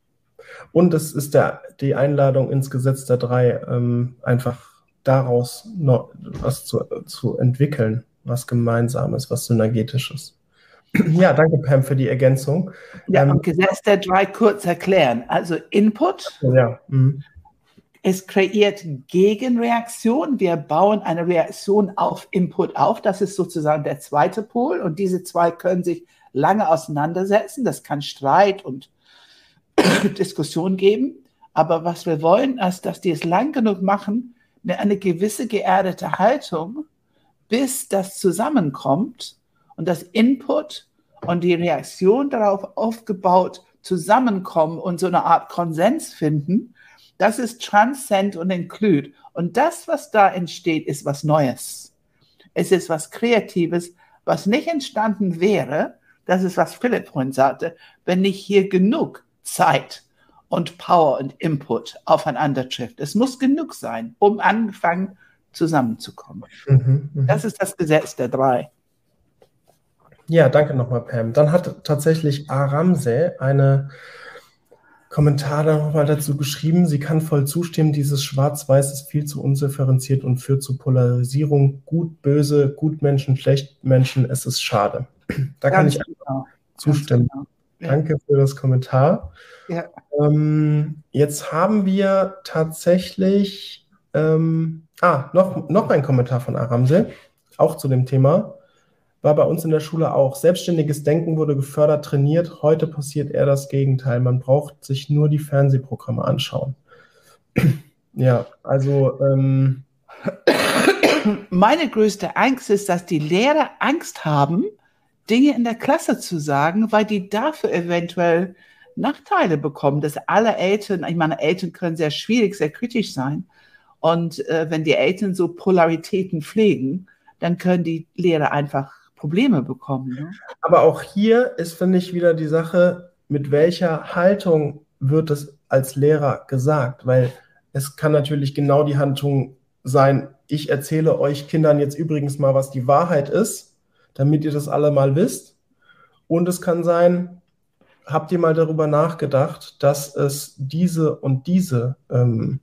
Und es ist der, die Einladung ins Gesetz der Drei, ähm, einfach daraus noch was zu, zu entwickeln, was Gemeinsames, was Synergetisches. Ja, danke Pam für die Ergänzung. Ja, Ähm, und Gesetz der Drei kurz erklären. Also Input, ja, mhm. es kreiert Gegenreaktion. Wir bauen eine Reaktion auf Input auf. Das ist sozusagen der zweite Pol. Und diese zwei können sich lange auseinandersetzen. Das kann Streit und Diskussion geben. Aber was wir wollen, ist, dass die es lang genug machen, eine gewisse geerdete Haltung, bis das zusammenkommt und das Input und die Reaktion darauf aufgebaut zusammenkommen und so eine Art Konsens finden. Das ist transcend und include. Und das, was da entsteht, ist was Neues. Es ist was Kreatives, was nicht entstanden wäre, das ist, was Philipp vorhin sagte, wenn nicht hier genug Zeit und Power und Input aufeinander trifft. Es muss genug sein, um angefangen zusammenzukommen. Mhm, mh. Das ist das Gesetz der Drei. Ja, danke nochmal, Pam. Dann hat tatsächlich Aramse eine Kommentare nochmal dazu geschrieben. Sie kann voll zustimmen, dieses Schwarz-Weiß ist viel zu undifferenziert und führt zu Polarisierung. Gut, böse, gut Menschen, schlecht Menschen, es ist schade. Da kann Ganz ich genau. zustimmen. Ganz genau. Ja. Danke für das Kommentar. Ja. Ähm, jetzt haben wir tatsächlich ähm, ah, noch, noch ein Kommentar von Aramse, auch zu dem Thema. War bei uns in der Schule auch. Selbstständiges Denken wurde gefördert, trainiert. Heute passiert eher das Gegenteil. Man braucht sich nur die Fernsehprogramme anschauen. Ja, also ähm, meine größte Angst ist, dass die Lehrer Angst haben, Dinge in der Klasse zu sagen, weil die dafür eventuell Nachteile bekommen. Dass alle Eltern, ich meine, Eltern können sehr schwierig, sehr kritisch sein. Und äh, wenn die Eltern so Polaritäten pflegen, dann können die Lehrer einfach Probleme bekommen. Ne? Aber auch hier ist, finde ich, wieder die Sache, mit welcher Haltung wird es als Lehrer gesagt? Weil es kann natürlich genau die Haltung sein, ich erzähle euch Kindern jetzt übrigens mal, was die Wahrheit ist, damit ihr das alle mal wisst. Und es kann sein, habt ihr mal darüber nachgedacht, dass es diese und diese ähm,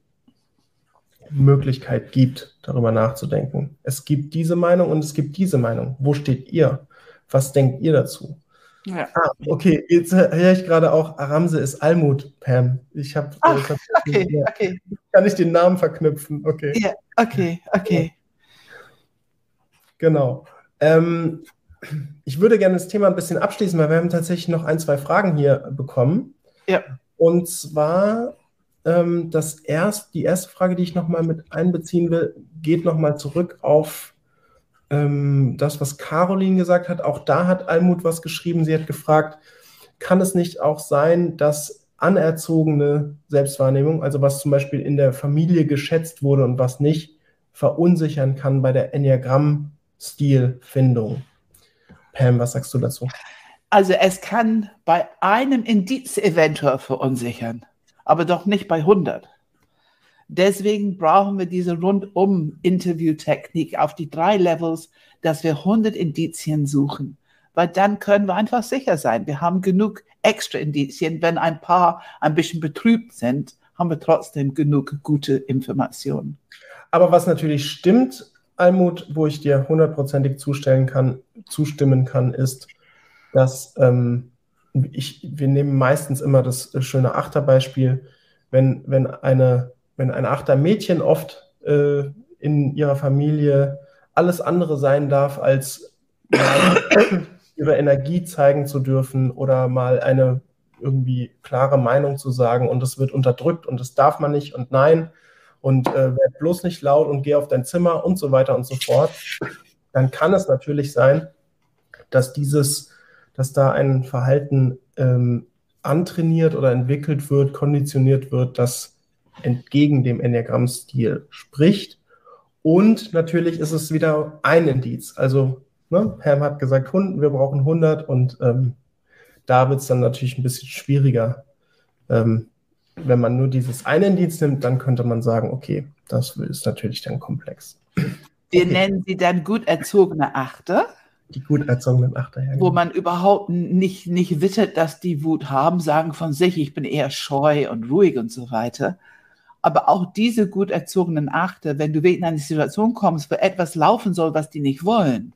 Möglichkeit gibt, darüber nachzudenken. Es gibt diese Meinung und es gibt diese Meinung. Wo steht ihr? Was denkt ihr dazu? Ja. Ah, okay, jetzt höre ich gerade auch, Aramse ist Almut, Pam. Ich habe Ach, okay, okay. Kann ich den Namen verknüpfen? Okay. Ja, okay, okay. Genau. Ähm, Ich würde gerne das Thema ein bisschen abschließen, weil wir haben tatsächlich noch ein, zwei Fragen hier bekommen. Ja. Und zwar ähm, das erst, die erste Frage, die ich nochmal mit einbeziehen will, geht nochmal zurück auf ähm, das, was Caroline gesagt hat. Auch da hat Almut was geschrieben. Sie hat gefragt, kann es nicht auch sein, dass anerzogene Selbstwahrnehmung, also was zum Beispiel in der Familie geschätzt wurde und was nicht, verunsichern kann bei der Enneagramm-Stilfindung? Pam, was sagst du dazu? Also es kann bei einem Indiz eventuell verunsichern, aber doch nicht bei hundert. Deswegen brauchen wir diese Rundum-Interview-Technik auf die drei Levels, dass wir hundert Indizien suchen. Weil dann können wir einfach sicher sein, wir haben genug extra Indizien. Wenn ein paar ein bisschen betrübt sind, haben wir trotzdem genug gute Informationen. Aber was natürlich stimmt, Almut, wo ich dir hundertprozentig zustellen kann, zustimmen kann, ist, dass ähm, ich, wir nehmen meistens immer das schöne Achterbeispiel, wenn, wenn, eine, wenn ein Achtermädchen oft äh, in ihrer Familie alles andere sein darf, als ihre Energie zeigen zu dürfen oder mal eine irgendwie klare Meinung zu sagen und es wird unterdrückt und das darf man nicht und nein und äh, werd bloß nicht laut und geh auf dein Zimmer und so weiter und so fort, dann kann es natürlich sein, dass dieses, dass da ein Verhalten ähm, antrainiert oder entwickelt wird, konditioniert wird, das entgegen dem Enneagramm-Stil spricht. Und natürlich ist es wieder ein Indiz. Also, ne, Pam hat gesagt, wir brauchen hundert und ähm, da wird es dann natürlich ein bisschen schwieriger. Ähm, wenn man nur dieses eine Indiz nimmt, dann könnte man sagen, okay, das ist natürlich dann komplex. Wir okay. nennen sie dann gut erzogene Achter. Die gut erzogenen Achter, ja. Wo man überhaupt nicht, nicht wittert, dass die Wut haben, sagen von sich, ich bin eher scheu und ruhig und so weiter. Aber auch diese gut erzogenen Achter, wenn du in eine Situation kommst, wo etwas laufen soll, was die nicht wollen,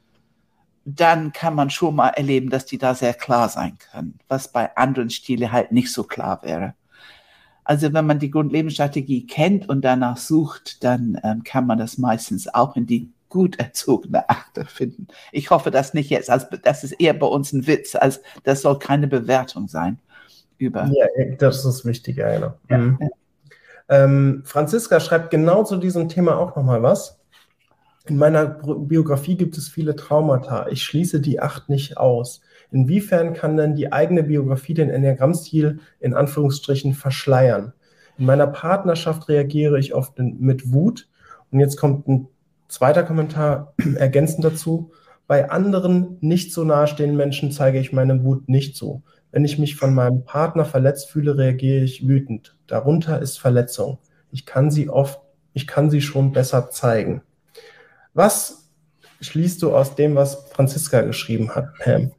dann kann man schon mal erleben, dass die da sehr klar sein können, was bei anderen Stilen halt nicht so klar wäre. Also wenn man die Grundlebensstrategie kennt und danach sucht, dann ähm, kann man das meistens auch in die gut erzogene Achter finden. Ich hoffe das nicht jetzt, als, das ist eher bei uns ein Witz, als das soll keine Bewertung sein. Über ja, das ist wichtig, ja, genau. Ja, mhm. ja. Ähm, Franziska schreibt genau zu diesem Thema auch nochmal was. In meiner Biografie gibt es viele Traumata. Ich schließe die acht nicht aus. Inwiefern kann denn die eigene Biografie den Enneagramm-Stil in Anführungsstrichen verschleiern? In meiner Partnerschaft reagiere ich oft mit Wut. Und jetzt kommt ein zweiter Kommentar ergänzend dazu. Bei anderen nicht so nahestehenden Menschen zeige ich meine Wut nicht so. Wenn ich mich von meinem Partner verletzt fühle, reagiere ich wütend. Darunter ist Verletzung. Ich kann sie oft, ich kann sie schon besser zeigen. Was schließt du aus dem, was Franziska geschrieben hat, Pam?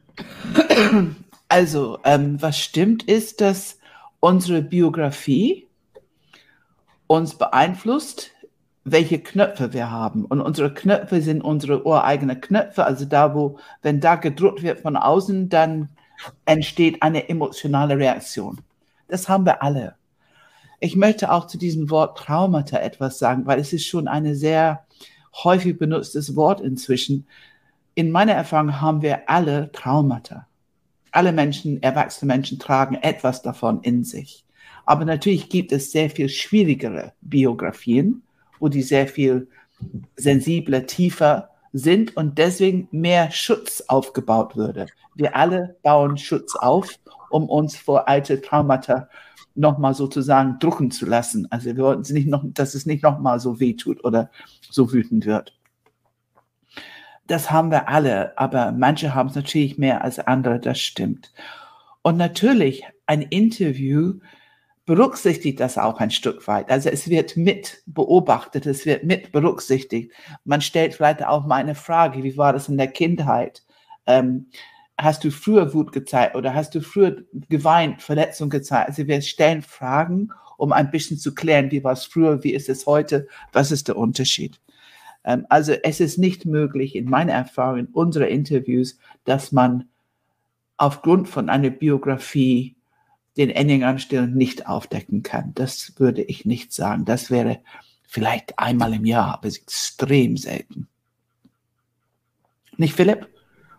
Also, ähm, was stimmt ist, dass unsere Biografie uns beeinflusst, welche Knöpfe wir haben. Und unsere Knöpfe sind unsere ureigenen Knöpfe. Also da, wo, wenn da gedrückt wird von außen, dann entsteht eine emotionale Reaktion. Das haben wir alle. Ich möchte auch zu diesem Wort Traumata etwas sagen, weil es ist schon ein sehr häufig benutztes Wort inzwischen. In meiner Erfahrung haben wir alle Traumata. Alle Menschen, erwachsene Menschen tragen etwas davon in sich. Aber natürlich gibt es sehr viel schwierigere Biografien, wo die sehr viel sensibler, tiefer sind und deswegen mehr Schutz aufgebaut würde. Wir alle bauen Schutz auf, um uns vor alte Traumata nochmal sozusagen drucken zu lassen. Also wir wollten es nicht noch, dass es nicht nochmal so wehtut oder so wütend wird. Das haben wir alle, aber manche haben es natürlich mehr als andere, das stimmt. Und natürlich, ein Interview berücksichtigt das auch ein Stück weit. Also es wird mit beobachtet, es wird mit berücksichtigt. Man stellt vielleicht auch mal eine Frage, wie war das in der Kindheit? Ähm, hast du früher Wut gezeigt oder hast du früher geweint, Verletzung gezeigt? Also wir stellen Fragen, um ein bisschen zu klären, wie war es früher, wie ist es heute, was ist der Unterschied? Ähm, also es ist nicht möglich, in meiner Erfahrung, in unseren Interviews, dass man aufgrund von einer Biografie den Enneagramm-Stil nicht aufdecken kann. Das würde ich nicht sagen. Das wäre vielleicht einmal im Jahr, aber extrem selten. Nicht, Philipp?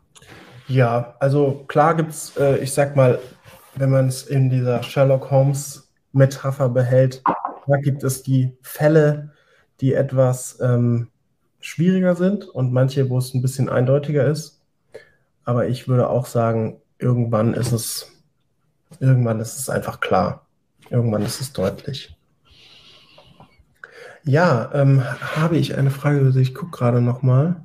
Ja, also klar gibt es, äh, ich sag mal, wenn man es in dieser Sherlock Holmes-Metapher behält, da gibt es die Fälle, die etwas ähm, schwieriger sind und manche, wo es ein bisschen eindeutiger ist. Aber ich würde auch sagen, irgendwann ist es, irgendwann ist es einfach klar. Irgendwann ist es deutlich. Ja, ähm, habe ich eine Frage, also ich gucke gerade noch mal.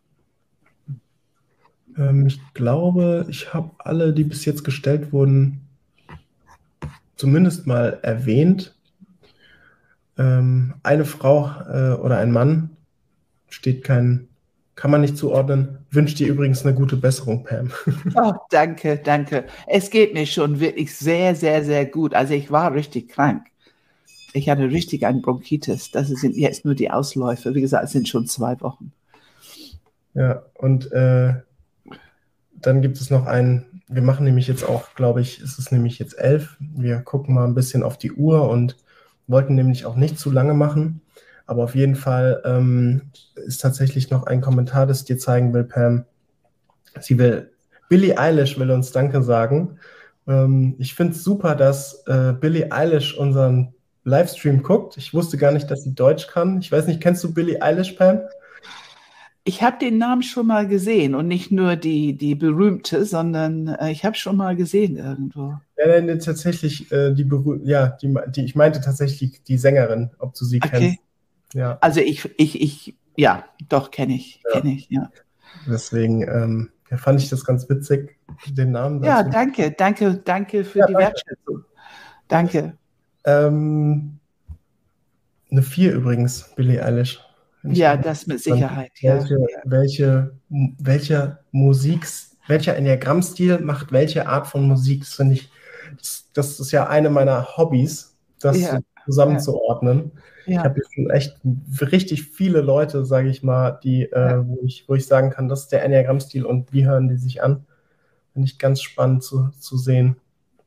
Ähm, ich glaube, ich habe alle, die bis jetzt gestellt wurden, zumindest mal erwähnt. Ähm, eine Frau äh, oder ein Mann steht kein, kann man nicht zuordnen. Wünscht dir übrigens eine gute Besserung, Pam. Oh, danke, danke. Es geht mir schon wirklich sehr, sehr, sehr gut. Also ich war richtig krank. Ich hatte richtig einen Bronchitis. Das sind jetzt nur die Ausläufe. Wie gesagt, es sind schon zwei Wochen. Ja, und äh, dann gibt es noch einen, wir machen nämlich jetzt auch, glaube ich, ist es nämlich jetzt elf. Wir gucken mal ein bisschen auf die Uhr und wollten nämlich auch nicht zu lange machen. Aber auf jeden Fall ähm, ist tatsächlich noch ein Kommentar, das ich dir zeigen will, Pam. Sie will, Billie Eilish will uns Danke sagen. Ähm, ich finde es super, dass äh, Billie Eilish unseren Livestream guckt. Ich wusste gar nicht, dass sie Deutsch kann. Ich weiß nicht, kennst du Billie Eilish, Pam? Ich habe den Namen schon mal gesehen und nicht nur die, die berühmte, sondern äh, ich habe schon mal gesehen irgendwo. Ja, nein, nee, tatsächlich, äh, die, berüh- ja, die, die, ich meinte tatsächlich die Sängerin, ob du sie Okay. kennst. Ja, Also ich, ich, ich, ja, doch, kenne ich, ja. kenne ich, ja. Deswegen ähm, ja, fand ich das ganz witzig, den Namen Ja, dazu. danke, danke, danke für Ja, die danke. Wertschätzung. Danke. Ähm, eine vier übrigens, Billie Eilish. Finde ich Ja, auch das mit interessant. Sicherheit, ja. Welche, ja. welche, welcher Musik, welcher Enneagrammstil macht welche Art von Musik? Das finde ich, das, das ist ja eine meiner Hobbys, das Ja, so zusammenzuordnen. Ich ja. habe jetzt schon echt richtig viele Leute, sage ich mal, die, Ja. äh, wo ich, wo ich sagen kann, das ist der Enneagrammstil und wie hören die sich an? Finde ich ganz spannend zu, zu sehen.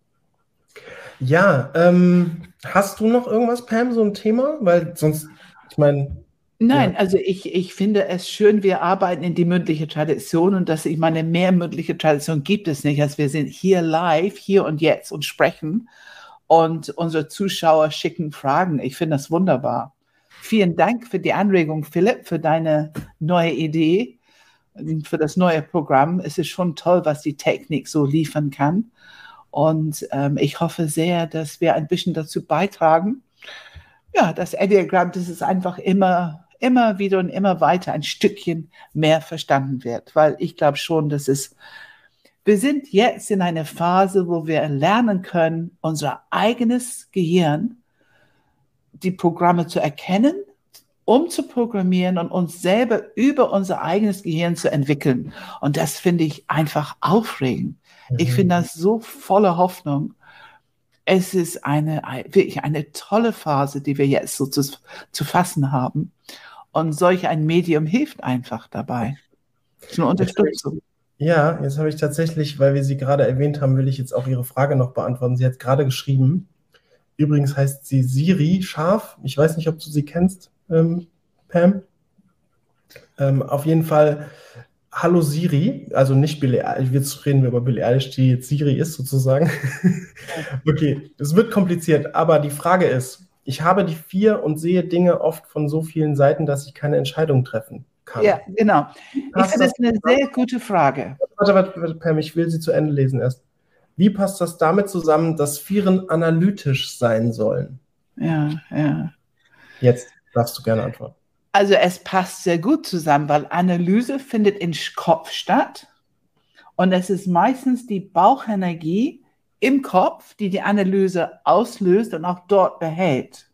Ja, ähm, hast du noch irgendwas, Pam, so ein Thema? Weil sonst, ich meine, ja. Nein, also ich, ich finde es schön, wir arbeiten in die mündliche Tradition und dass ich meine, mehr mündliche Tradition gibt es nicht, als wir sind hier live, hier und jetzt und sprechen und unsere Zuschauer schicken Fragen. Ich finde das wunderbar. Vielen Dank für die Anregung, Philipp, für deine neue Idee, für das neue Programm. Es ist schon toll, was die Technik so liefern kann. Und ähm, ich hoffe sehr, dass wir ein bisschen dazu beitragen. Ja, das Enneagramm, das ist einfach immer, immer wieder und immer weiter ein Stückchen mehr verstanden wird. Weil ich glaube schon, dass es, wir sind jetzt in einer Phase, wo wir lernen können, unser eigenes Gehirn, die Programme zu erkennen, umzuprogrammieren und uns selber über unser eigenes Gehirn zu entwickeln. Und das finde ich einfach aufregend. Ich finde das so voller Hoffnung. Es ist eine, wirklich eine tolle Phase, die wir jetzt so zu, zu fassen haben. Und solch ein Medium hilft einfach dabei. Es ist eine Unterstützung. Ja, jetzt habe ich tatsächlich, weil wir sie gerade erwähnt haben, will ich jetzt auch Ihre Frage noch beantworten. Sie hat gerade geschrieben. Übrigens heißt sie Siri Scharf. Ich weiß nicht, ob du sie kennst, ähm, Pam. Ähm, auf jeden Fall, hallo Siri, also nicht Billie Eilish, jetzt reden wir über Billie Eilish, die jetzt Siri ist sozusagen. Okay, es wird kompliziert, aber die Frage ist, ich habe die vier und sehe Dinge oft von so vielen Seiten, dass ich keine Entscheidung treffen kann. Ja, genau. Ich Passt finde das das eine zusammen? sehr gute Frage. Warte, warte, warte, Pam, ich will sie zu Ende lesen erst. Wie passt das damit zusammen, dass Vieren analytisch sein sollen? Ja, ja. Jetzt darfst du gerne antworten. Also es passt sehr gut zusammen, weil Analyse findet im Kopf statt und es ist meistens die Bauchenergie im Kopf, die die Analyse auslöst und auch dort behält.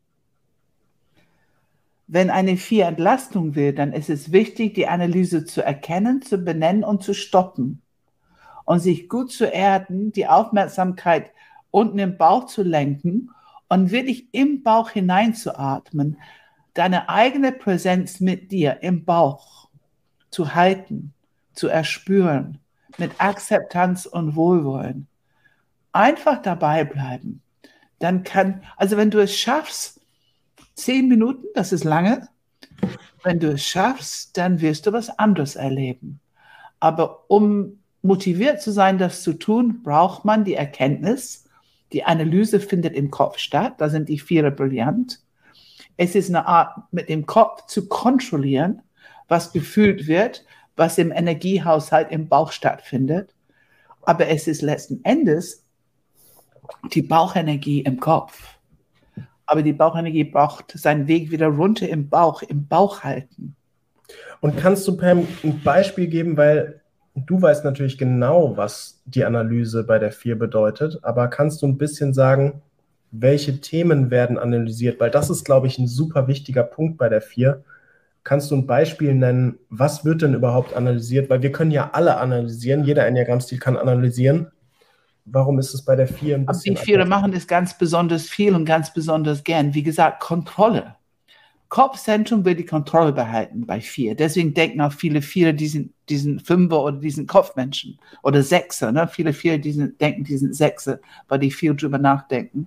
Wenn eine vier Entlastung will, dann ist es wichtig, die Analyse zu erkennen, zu benennen und zu stoppen und sich gut zu erden, die Aufmerksamkeit unten im Bauch zu lenken und wirklich im Bauch hineinzuatmen, deine eigene Präsenz mit dir im Bauch zu halten, zu erspüren, mit Akzeptanz und Wohlwollen. Einfach dabei bleiben. Dann kann, also wenn du es schaffst, zehn Minuten, das ist lange, wenn du es schaffst, dann wirst du was anderes erleben. Aber um motiviert zu sein, das zu tun, braucht man die Erkenntnis. Die Analyse findet im Kopf statt. Da sind die Vierer brillant. Es ist eine Art, mit dem Kopf zu kontrollieren, was gefühlt wird, was im Energiehaushalt im Bauch stattfindet. Aber es ist letzten Endes die Bauchenergie im Kopf. Aber die Bauchenergie braucht seinen Weg wieder runter im Bauch, im Bauch halten. Und kannst du, Pam, ein Beispiel geben, weil du weißt natürlich genau, was die Analyse bei der vier bedeutet, aber kannst du ein bisschen sagen, welche Themen werden analysiert? Weil das ist, glaube ich, ein super wichtiger Punkt bei der vier. Kannst du ein Beispiel nennen, was wird denn überhaupt analysiert? Weil wir können ja alle analysieren, jeder Enneagramm-Stil kann analysieren. Warum ist es bei der vier ein bisschen anders? Die Vierer machen es ganz besonders viel und ganz besonders gern. Wie gesagt, Kontrolle. Kopfzentrum will die Kontrolle behalten bei vier. Deswegen denken auch viele Vierer, diesen, diesen Fünfer oder diesen Kopfmenschen oder Sechser. Ne? Viele Vierer diesen, denken, diesen Sechser, weil die viel drüber nachdenken.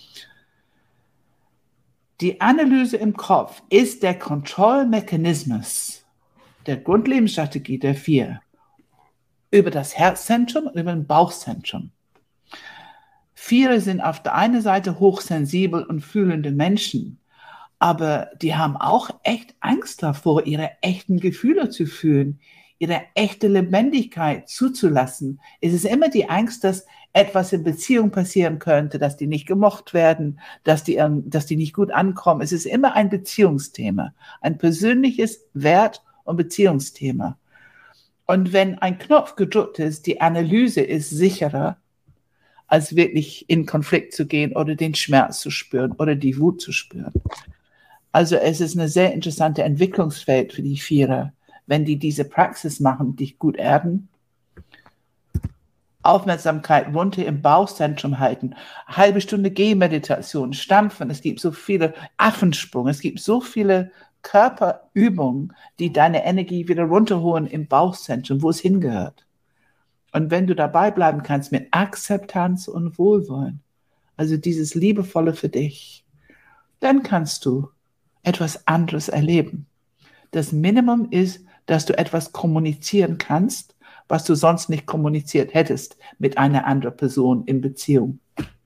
Die Analyse im Kopf ist der Kontrollmechanismus der Grundlebensstrategie der vier über das Herzzentrum und über das Bauchzentrum. Vierer sind auf der einen Seite hochsensibel und fühlende Menschen, aber die haben auch echt Angst davor, ihre echten Gefühle zu fühlen, ihre echte Lebendigkeit zuzulassen. Es ist immer die Angst, dass etwas in Beziehung passieren könnte, dass die nicht gemocht werden, dass die, dass die nicht gut ankommen. Es ist immer ein Beziehungsthema, ein persönliches Wert- und Beziehungsthema. Und wenn ein Knopf gedrückt ist, die Analyse ist sicherer, als wirklich in Konflikt zu gehen oder den Schmerz zu spüren oder die Wut zu spüren. Also es ist eine sehr interessante Entwicklungsfeld für die Vierer, wenn die diese Praxis machen, dich gut erden, Aufmerksamkeit runter im Bauchzentrum halten, eine halbe Stunde Gehmeditation, Stampfen, es gibt so viele Affensprung, es gibt so viele Körperübungen, die deine Energie wieder runterholen im Bauchzentrum, wo es hingehört. Und wenn du dabei bleiben kannst mit Akzeptanz und Wohlwollen, also dieses Liebevolle für dich, dann kannst du etwas anderes erleben. Das Minimum ist, dass du etwas kommunizieren kannst, was du sonst nicht kommuniziert hättest mit einer anderen Person in Beziehung.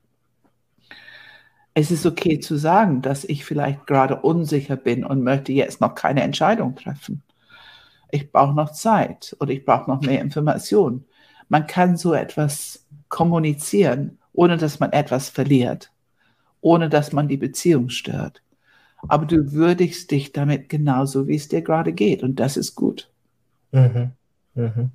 Es ist okay zu sagen, dass ich vielleicht gerade unsicher bin und möchte jetzt noch keine Entscheidung treffen. Ich brauche noch Zeit oder ich brauche noch mehr Informationen. Man kann so etwas kommunizieren, ohne dass man etwas verliert, ohne dass man die Beziehung stört. Aber du würdigst dich damit genauso, wie es dir gerade geht. Und das ist gut. Mhm. Mhm.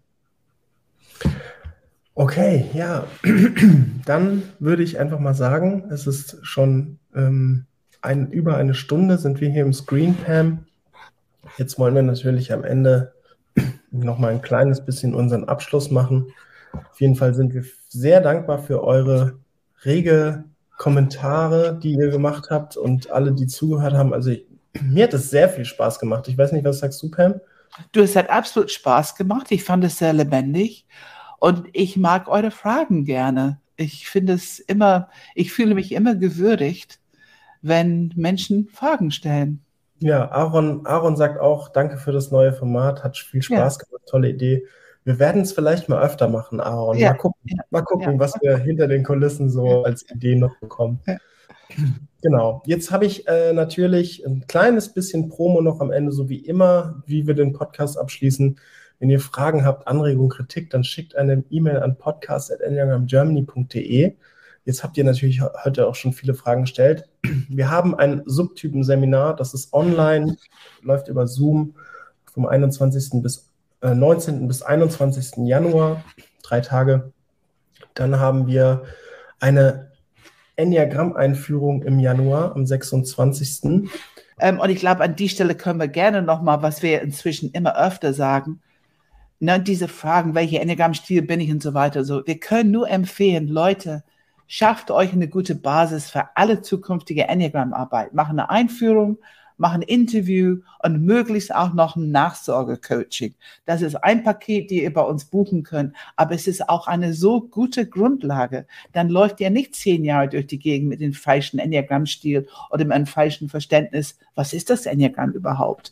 Okay, ja. Dann würde ich einfach mal sagen, es ist schon ähm, ein, über eine Stunde sind wir hier im Screen, Pam. Jetzt wollen wir natürlich am Ende noch mal ein kleines bisschen unseren Abschluss machen. Auf jeden Fall sind wir sehr dankbar für eure rege Kommentare, die ihr gemacht habt und alle, die zugehört haben. Also ich, mir hat es sehr viel Spaß gemacht. Ich weiß nicht, was sagst du, Pam? Du, es hat absolut Spaß gemacht. Ich fand es sehr lebendig und ich mag eure Fragen gerne. Ich finde es immer, ich fühle mich immer gewürdigt, wenn Menschen Fragen stellen. Ja, Aaron, Aaron sagt auch, danke für das neue Format, hat viel Spaß ja. gemacht, tolle Idee. Wir werden es vielleicht mal öfter machen, Aaron. Ja. Mal gucken, ja. mal gucken ja. was wir hinter den Kulissen so als Idee noch bekommen. Ja. Genau, jetzt habe ich äh, natürlich ein kleines bisschen Promo noch am Ende, so wie immer, wie wir den Podcast abschließen. Wenn ihr Fragen habt, Anregungen, Kritik, dann schickt eine E-Mail an podcast at enneagram germany punkt de. Jetzt habt ihr natürlich heute auch schon viele Fragen gestellt. Wir haben ein Subtypen-Seminar, das ist online, läuft über Zoom vom einundzwanzigsten bis äh, neunzehnten bis einundzwanzigsten Januar, drei Tage. Dann haben wir eine Enneagramm-Einführung im Januar, am sechsundzwanzigsten Ähm, und ich glaube, an die Stelle können wir gerne nochmal, was wir inzwischen immer öfter sagen, ne, diese Fragen, welche Enneagramm-Stil bin ich und so weiter. So, wir können nur empfehlen, Leute, schafft euch eine gute Basis für alle zukünftige Enneagramm-Arbeit. Macht eine Einführung, macht ein Interview und möglichst auch noch ein Nachsorge-Coaching. Das ist ein Paket, die ihr bei uns buchen könnt, aber es ist auch eine so gute Grundlage. Dann läuft ihr nicht zehn Jahre durch die Gegend mit dem falschen Enneagramm-Stil oder mit einem falschen Verständnis. Was ist das Enneagramm überhaupt?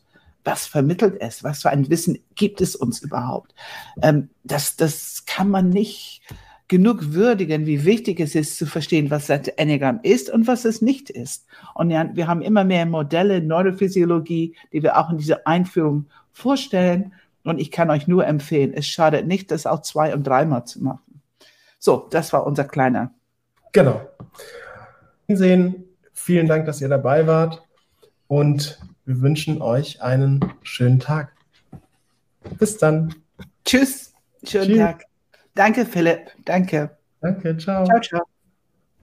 was vermittelt es? Was für ein Wissen gibt es uns überhaupt? Ähm, das, das kann man nicht genug würdigen, wie wichtig es ist, zu verstehen, was das Enneagramm ist und was es nicht ist. Und ja, wir haben immer mehr Modelle, Neurophysiologie, die wir auch in dieser Einführung vorstellen. Und ich kann euch nur empfehlen, es schadet nicht, das auch zwei- und dreimal zu machen. So, das war unser kleiner. Genau. Sehen. Vielen Dank, dass ihr dabei wart. Und wir wünschen euch einen schönen Tag. Bis dann. Tschüss. Schönen Tschüss. Tag. Danke, Philipp. Danke. Danke. Ciao. Ciao, ciao.